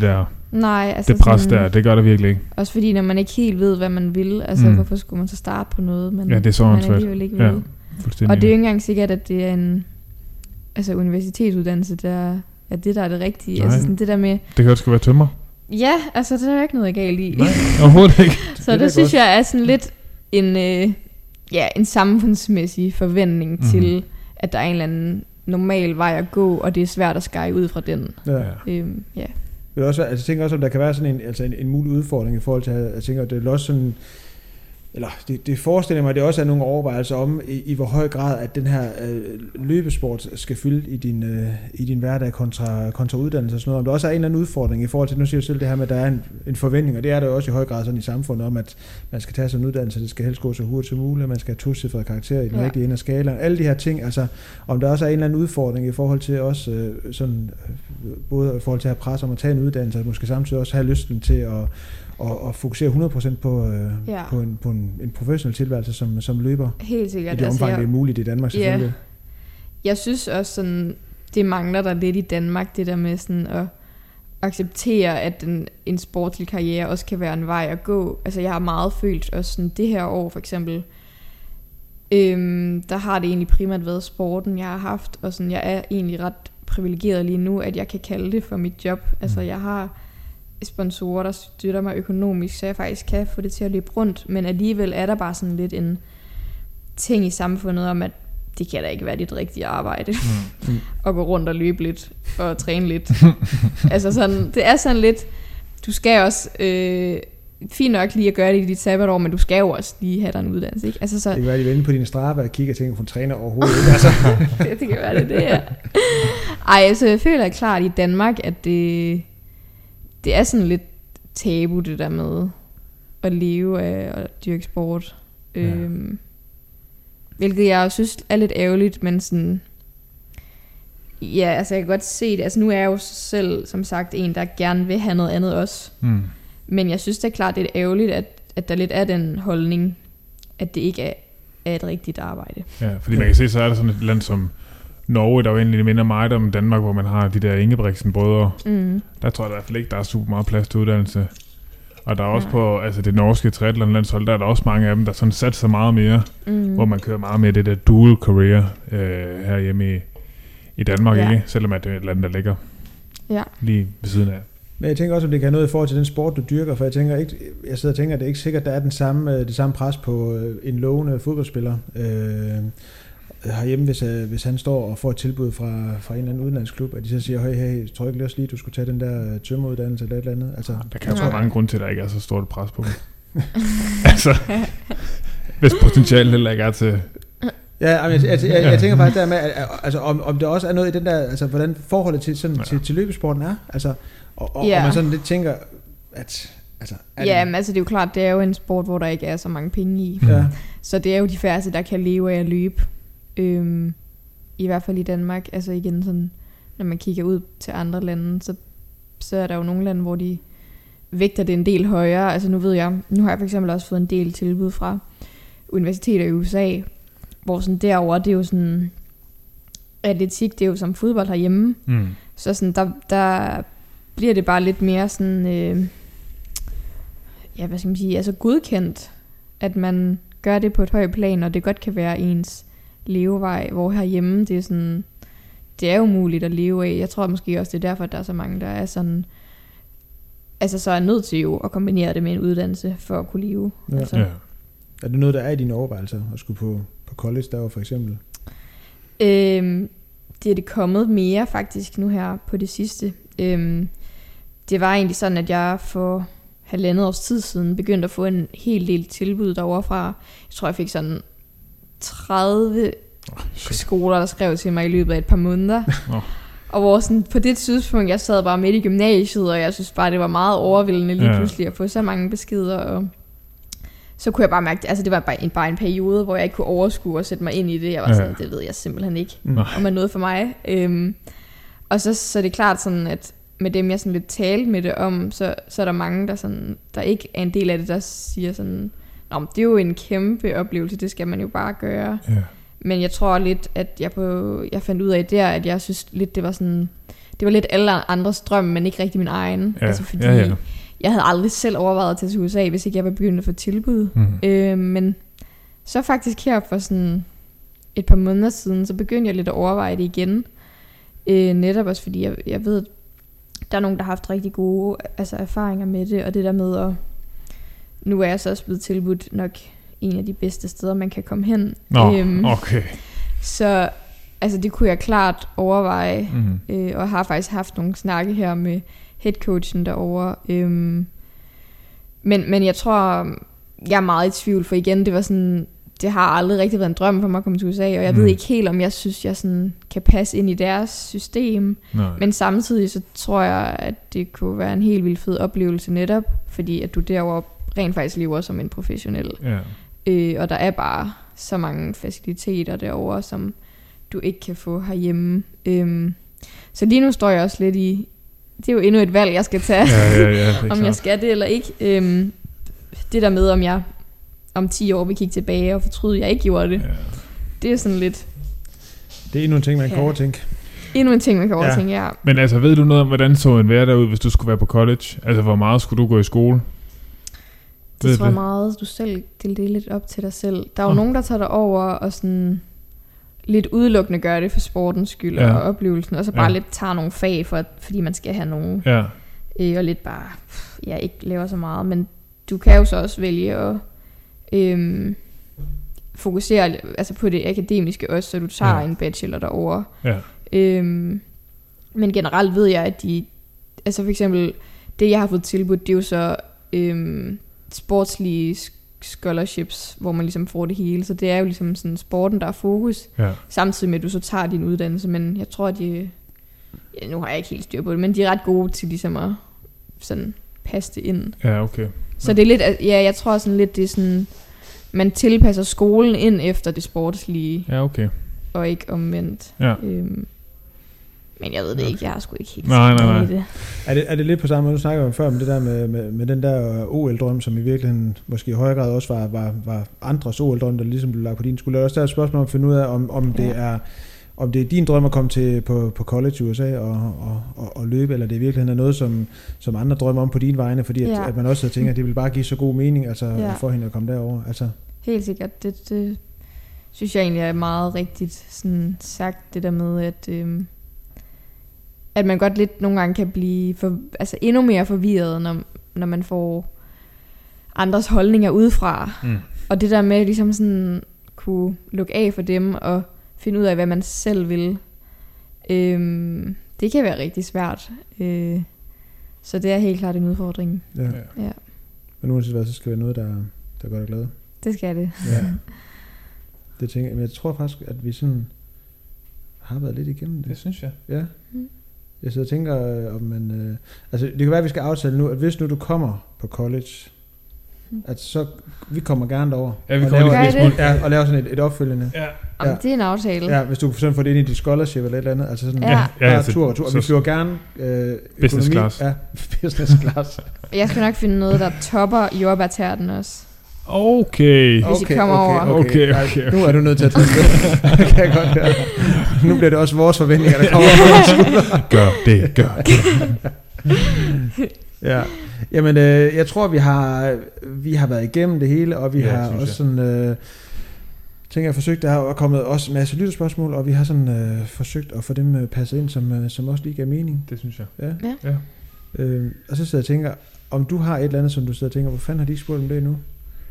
Nej, altså det pres sådan, der, det gør det virkelig ikke. også fordi, når man ikke helt ved, hvad man vil, altså Mm. hvorfor skulle man så starte på noget, man, Ja, det er så man åndssvagt. alligevel ikke Ja, ved. fuldstændig. Og det er jo ikke engang sikkert, at det er en altså universitetsuddannelse, der er det, der er det rigtige. Nej. Altså sådan det der med, Det kan også være tømmer. ja, altså det er jo ikke noget galt i. Nej, overhovedet ikke. Så Det er det, da det synes godt. jeg er sådan lidt en, øh, ja, en samfundsmæssig forventning Mhm. mm-hmm. til, at der er en eller anden normal vej at gå, og det er svært at skære ud fra den. Ja. Ja. Øhm, ja. Det er også, altså, jeg tænker også, om der kan være sådan en, altså en, en mulig udfordring i forhold til, at jeg tænker, at det er også sådan, eller det, det forestiller mig, at det også er nogle overvejelser om, i, i hvor høj grad, at den her øh, løbesport skal fylde i din, øh, i din hverdag kontra, kontra uddannelse og sådan noget. Om der også er en eller anden udfordring i forhold til, nu siger du selv det her med, at der er en, en forventning, og det er der jo også i høj grad sådan i samfundet om, at man skal tage sig en uddannelse, det skal helst gå så hurtigt som muligt, man skal have tocifrede karakterer i den Ja. rigtige ende af skalaen. Alle de her ting, altså om der også er en eller anden udfordring i forhold til også øh, sådan, øh, både i forhold til at have pres om at tage en uddannelse, og måske samtidig også have lysten til at og, og fokusere hundrede procent på, øh, Ja. på, en, på en, en professionel tilværelse som, som løber, Helt i sikkert. det omfang, jeg, det er muligt i Danmark selvfølgelig. Ja. Jeg synes også sådan, det mangler der lidt i Danmark, det der med sådan at acceptere, at en, en sportslig karriere også kan være en vej at gå. Altså jeg har meget følt også sådan det her år for eksempel, øhm, der har det egentlig primært været sporten, jeg har haft, og sådan jeg er egentlig ret privilegeret lige nu, at jeg kan kalde det for mit job. Altså jeg har sponsorer, der støtter mig økonomisk, så jeg faktisk kan få det til at løbe rundt, men alligevel er der bare sådan lidt en ting i samfundet om, at det kan da ikke være dit rigtige arbejde, Mm. at gå rundt og løbe lidt, og træne lidt. Altså sådan, det er sådan lidt, du skal også, øh, fint nok lige at gøre det i dit sabbatår, men du skal jo også lige have dig en uddannelse, ikke? Altså så, Det kan være, at de vender på dine Strava og kigger og tænker, hun træner overhovedet ikke. Altså. det, det kan være det, det er. Ej, altså jeg føler klart i Danmark, at det, det er sådan lidt tabu, det der med at leve af at dyrke sport. Ja. Øhm, hvilket jeg synes er lidt ærgerligt, men sådan, ja, altså jeg kan godt se det. Altså nu er jeg jo selv, som sagt, en, der gerne vil have noget andet også. Mm. Men jeg synes det er klart, det er ærgerligt, at, at der lidt er den holdning, at det ikke er, er et rigtigt arbejde. Ja, fordi man kan se, så er der sådan et land som Norge, der jo egentlig minder meget om Danmark, hvor man har de der Ingebrigtsen-brødre. Mm. Der tror jeg i hvert fald ikke, der er super meget plads til uddannelse. Og der er også Nej. på altså det norske triathlon-landshold, der er der også mange af dem, der sådan satser meget mere, Mm. hvor man kører meget mere det der dual career øh, herhjemme i, i Danmark, Ja. ikke? Selvom at det er et land, der ligger Ja. lige ved siden af. Men jeg tænker også, om det kan have noget i forhold til den sport, du dyrker, for jeg tænker ikke, jeg sidder og tænker, at det er ikke sikkert, at der er den samme, det samme pres på øh, en lovende fodboldspiller øh, herhjemme, hvis, øh, hvis han står og får et tilbud fra, fra en eller anden udenlandsklub, at de så siger, hey, hey, tror ikke lige også lige, du skulle tage den der øh, tømmeruddannelse eller et eller andet. Altså, Der kan jo Nej. være mange grunde til, at der ikke er så stort et pres på dem. altså, hvis potentiale heller ikke er til... ja, jeg, jeg, jeg, jeg tænker faktisk der med, at, altså, om, om det også er noget i den der, altså hvordan forholdet til, sådan, Ja. til, til løbesporten er, altså, og, og, Ja. og man sådan lidt tænker, at, altså, er Ja, det, men altså det er jo klart, det er jo en sport, hvor der ikke er så mange penge i. ja, Så det er jo de færreste, der kan leve af at løbe. Øhm, I hvert fald i Danmark. Altså igen, sådan, når man kigger ud til andre lande, så, så er der jo nogle lande, hvor de vægter det en del højere. Altså nu ved jeg, nu har jeg for eksempel også fået en del tilbud fra universiteter i U S A, hvor sådan derovre, det er jo sådan, atletik, det er jo som fodbold herhjemme. Mm. Så sådan, der, der bliver det bare lidt mere sådan, øh, ja, hvad skal man sige, altså godkendt, at man gør det på et højt plan, og det godt kan være ens levevej, hvor herhjemme, det er sådan, det er umuligt at leve af. Jeg tror måske også, det er derfor, at der er så mange, der er sådan, altså så er nødt til jo at kombinere det med en uddannelse, for at kunne leve. Ja. Altså, Ja. er det noget, der er i dine overvejelser, at skulle på, på college derovre for eksempel? Øhm, det er det kommet mere faktisk nu her på det sidste. Øhm, det var egentlig sådan, at jeg for halvandet års tid siden begyndte at få en hel del tilbud derovre fra. Jeg tror, jeg fik sådan tredive Oh, shit. skoler, der skrev til mig i løbet af et par måneder. Oh. Og hvor sådan, på det tidspunkt, jeg sad bare midt i gymnasiet, og jeg synes bare, det var meget overvældende lige Ja. pludselig at få så mange beskeder. Og så kunne jeg bare mærke, altså det var bare en, bare en periode, hvor jeg ikke kunne overskue og sætte mig ind i det. Jeg var Ja. sådan, det ved jeg simpelthen ikke, Mm. om er noget for mig. Øhm, og så, så er det klart sådan, at med dem, jeg sådan lidt talte med det om, så, så er der mange, der, sådan, der ikke er en del af det, der siger sådan, nå, men det er jo en kæmpe oplevelse, det skal man jo bare gøre. Ja. Men jeg tror lidt, at jeg, på, jeg fandt ud af der, at jeg synes lidt, det var sådan, det var lidt alle andres drøm, men ikke rigtig min egen. Ja. Altså fordi ja, ja. jeg havde aldrig selv overvejet at tage til U S A, hvis ikke jeg var begyndt at få tilbud. Mm. Øh, men så faktisk her for sådan et par måneder siden, så begyndte jeg lidt at overveje det igen. Øh, netop også fordi jeg, jeg ved, der er nogen, der har haft rigtig gode altså, erfaringer med det, og det der med at, nu er jeg så også blevet tilbudt nok en af de bedste steder, man kan komme hen. Nå, øhm, okay. Så altså, det kunne jeg klart overveje, Mm. øh, og har faktisk haft nogle snakke her med headcoachen derovre. Øhm, men, men jeg tror, jeg er meget i tvivl, for igen, det var sådan, det har aldrig rigtig været en drøm for mig at komme til U S A, og jeg mm. ved ikke helt, om jeg synes, jeg sådan kan passe ind i deres system. Nej. Men samtidig så tror jeg, at det kunne være en helt vildt fed oplevelse netop, fordi at du derovre rent faktisk lever som en professionel. Ja. Øh, og der er bare så mange faciliteter derovre, som du ikke kan få herhjemme. Øhm, så lige nu står jeg også lidt i, det er jo endnu et valg, jeg skal tage, Ja, ja, ja, om jeg skal det eller ikke. Øhm, det der med, om jeg om ti år vil kigge tilbage og fortryde, at jeg ikke gjorde det. Ja. Det er sådan lidt Det er endnu en ting, man kan Ja. overtænke. endnu en ting, man kan Ja. overtænke, ja. Men altså, ved du noget om, hvordan så en hverdag ud, hvis du skulle være på college? Altså, hvor meget skulle du gå i skole? Ved Det tror du jeg det? meget, du selv det er lidt op til dig selv. Der er jo Oh. nogen, der tager dig over og sådan lidt udelukkende gør det for sportens skyld Ja. og oplevelsen, og så bare Ja. lidt tager nogle fag, for at, fordi man skal have nogle, Ja, øh, og lidt bare, pff, ja, ikke laver så meget. Men du kan jo så også vælge at øhm, fokusere altså på det akademiske også, så du tager Ja. en bachelor derovre. ja. Øhm, men generelt ved jeg, at de, altså for eksempel, det jeg har fået tilbudt, det er jo så øhm, sportslige sk- scholarships, hvor man ligesom får det hele. Så det er jo ligesom sådan sporten, der er fokus, Ja. samtidig med, at du så tager din uddannelse. Men jeg tror, at de, ja, nu har jeg ikke helt styr på det, men de er ret gode til ligesom at sådan passe det ind. Ja, okay. Så det er lidt, ja, jeg tror sådan lidt, det er sådan, man tilpasser skolen ind efter det sportslige, Ja, okay. og ikke omvendt. Ja. Øhm, men jeg ved det ikke, jeg har sgu ikke helt Nej, sat nej, mig nej. i det. Er det, er det lidt på samme måde, du snakker om før, om det der med, med, med den der O L-drøm, som i virkeligheden måske i højere grad også var, var, var andres O L-drøm, der ligesom blev lagt på din skulder. Er det også der et spørgsmål om at finde ud af, om, om, det, Ja. er, om det er din drøm at komme til på, på college i U S A og, og, og, og løbe, eller det i virkeligheden er noget, som, som andre drømmer om på dine vegne, fordi at, Ja. at man også tænker, at det vil bare give så god mening altså, Ja. for hende at komme derover. Altså, Helt sikkert. Det, det synes jeg egentlig er meget rigtigt sådan sagt, det der med, at, øhm, at man godt lidt nogle gange kan blive for, altså endnu mere forvirret, når, når man får andres holdninger udefra. Mm. Og det der med ligesom sådan kunne lukke af for dem og finde ud af, hvad man selv vil, øhm, det kan være rigtig svært. Øh, så det er helt klart en udfordring. ja. Ja. Ja, Men uanset hvad, så skal det være noget, der, der gør dig glad. det skal det. Ja. Det tænker jeg, men jeg tror faktisk, at vi sådan har været lidt igennem det. Det synes jeg. Ja. Mm. Jeg sidder og tænker, øh, om man... Øh, altså, det kan være, at vi skal aftale nu, at hvis nu du kommer på college, Mm. at så... Vi kommer gerne derover. Ja, vi og kommer laver, lige lidt det? smule. ja, og laver sådan et, et opfølgende. Ja. Jamen, Ja. det er en aftale. Ja, hvis du for eksempel får det ind i dit scholarship eller et eller andet. Altså sådan Ja. Ja, ja, bare altså, tur og tur. Og så- vi flyver gerne øh, Business økonomi. class. Ja, business class. Jeg skal nok finde noget, der topper jordbærtærten også. Okay. Hvis I kommer over. Okay, Nej, okay, okay. Nu er du nødt til at tage det. Det kan jeg godt høre. Nu bliver det også vores forventninger, der kommer på vores skuldre. Gør det, gør det. Ja, jamen øh, jeg tror vi har vi har været igennem det hele, og vi Ja, har synes også sådan øh, tænker jeg forsøgt, der er kommet også en masse lytterspørgsmål, og vi har sådan øh, forsøgt at få dem øh, passet ind, som, øh, som også lige gav mening. Det synes jeg. Ja. Ja. Ja. Øh, og så sidder jeg og tænker, om du har et eller andet, som du sidder og tænker, hvor fanden har de ikke spurgt om det endnu?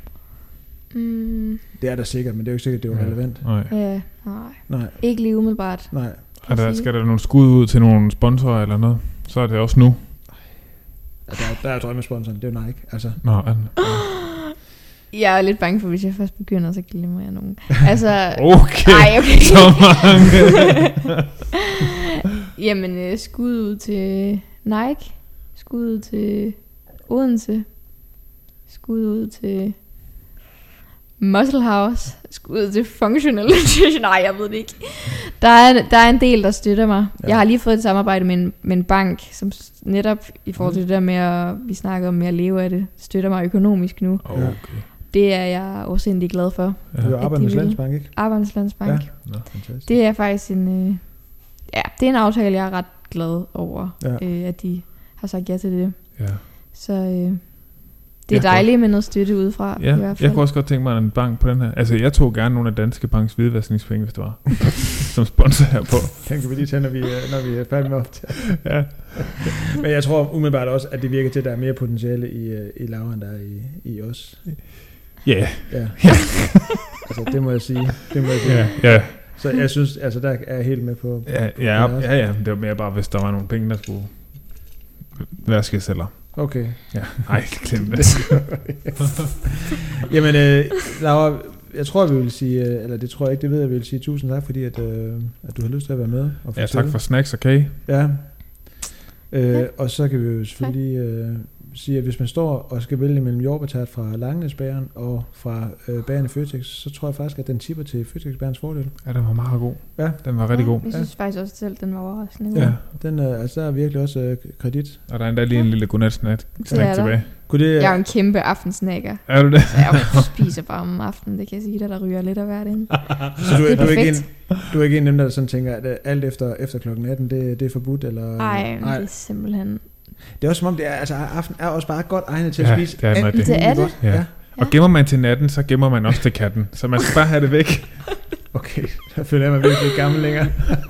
Mm, Det er der sikkert, men det er jo ikke sikkert, det er jo Ja. relevant. Nej. ja, nej. Nej, Ikke lige umiddelbart. nej. Er der, skal der nogle skud ud til nogle sponsorer eller noget? Så er det også nu. Der, er- der er drømmesponsoren, det er jo Nike. Altså, Nå, er den? Jeg er lidt bange for, hvis jeg først begynder, så glemmer jeg nogen. Altså, Okay. ej, okay. Så mange. Jamen, øh, skud ud til Nike. Skud ud til Odense. Skud ud til Muscle House. Skud ud til Functional Nutrition. Nej, jeg ved det ikke. Der er, der er en del, der støtter mig. Ja. Jeg har lige fået et samarbejde med en, med en bank, som s- netop i forhold til det der med, at vi snakker om med at leve af det, støtter mig økonomisk nu. Okay. Det er jeg også glad for. det er jo Ja. Arbejdernes de vil. Landsbank, ikke? Arbejdernes Landsbank. Ja. Ja. Nå, fantastisk. Det er faktisk en, øh, ja, det er en aftale, jeg er ret glad over, Ja. øh, at de har sagt ja til det. Ja. Så øh, det er Jeg dejligt med noget støtte udefra. Ja, i hvert fald. jeg kunne også godt tænke mig en bank på den her. Altså, jeg tog gerne nogle af Danske Banks hvidvaskningspenge, hvis det var, som sponsor herpå. Den kan vi lige tage, når vi, når vi er færdige med op. Ja. Men jeg tror umiddelbart også, at det virker til, at der er mere potentiale i, i Laura, end der er i, i os. Ja. Yeah. Ja. Altså, det må jeg sige. Det må jeg sige. Ja, ja. Så jeg synes, altså der er jeg helt med på. Ja, ja, ja, ja. Det var mere bare, hvis der var nogle penge, der skulle vaskes, eller... Okay. Ja, nej, glem det. Jamen, øh, Laura, jeg tror, vi vil sige, øh, eller det tror jeg ikke, det ved jeg, vi vil sige tusind tak, fordi at, øh, at du har lyst til at være med. Og ja, tak for snacks og kage. Ja. Øh, Ja. og så kan vi jo selvfølgelig øh, sige, at hvis man står og skal vælge mellem jordbærtart fra Langenæsbæren og fra øh, bageren i Føtex, så tror jeg faktisk, at den tipper til Føtex-bærens fordel. Ja, den var meget god. Ja. Den var rigtig ja, god. Jeg synes ja. faktisk også selv, den var overraskende god. Ja, den, øh, altså, der er virkelig også øh, kredit. Og der er endda lige en lille godnat-snack der. tilbage. Kunne det, Jeg er jo en kæmpe aftensnacker. Er du det? Så jeg spiser bare om aftenen, det kan jeg sige, der, der ryger lidt af hvert ind. så du, Det er du, er ikke en, perfekt. du er ikke en af dem, der sådan tænker, at øh, alt efter, efter klokken atten, det, det er forbudt? Eller? Ej, det er simpelthen... Det er også som om, det er, altså, aften er også bare godt egnet til Ja, at spise. det er alt meget muligt det. Det er det. godt. Ja. Ja. Og gemmer man til natten, så gemmer man også til katten. Så man skal bare have det væk. Okay, så føler jeg mig virkelig ikke gammel længere.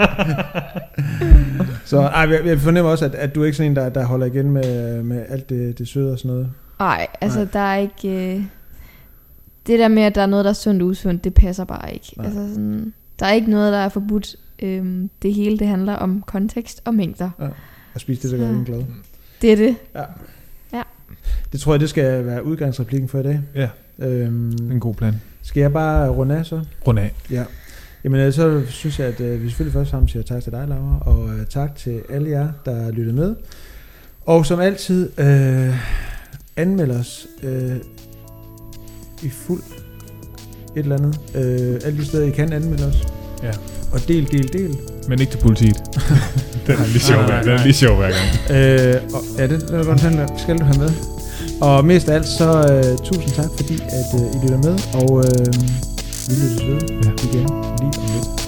Så ej, jeg, jeg fornemmer også, at, at du er ikke sådan en, der, der holder igen med, med alt det, det søde og sådan noget. Ej, altså Nej. der er ikke... Øh, det der med, at der er noget, der er sundt og usundt, det passer bare ikke. Nej. Altså sådan, der er ikke noget, der er forbudt. Øhm, det hele, det handler om kontekst og mængder. Ja. Og spise det, der Så- gør en glad. Det er det. Ja. Ja. Det tror jeg, det skal være udgangsreplikken for i dag. Ja, Øhm, en god plan. skal jeg bare runde af så? Rund af. Ja. Jamen øh, så synes jeg, at øh, vi selvfølgelig først og fremmest siger tak til dig, Laura, og øh, tak til alle jer, der lytter med. Og som altid, øh, anmeld os øh, i fuld et eller andet. Øh, alle de steder, I kan anmelde os. Ja. Og del, del, del. Men ikke til politiet. Den er lige sjov, Nej, nej, hver- den er nej. lige sjov hver gang. Øh, og, ja, det, det er godt, den skal du have med. Og mest af alt, så øh, tusind tak, fordi at øh, I lytter med. Og øh, vi lyttes ved Ja. igen lige om lidt.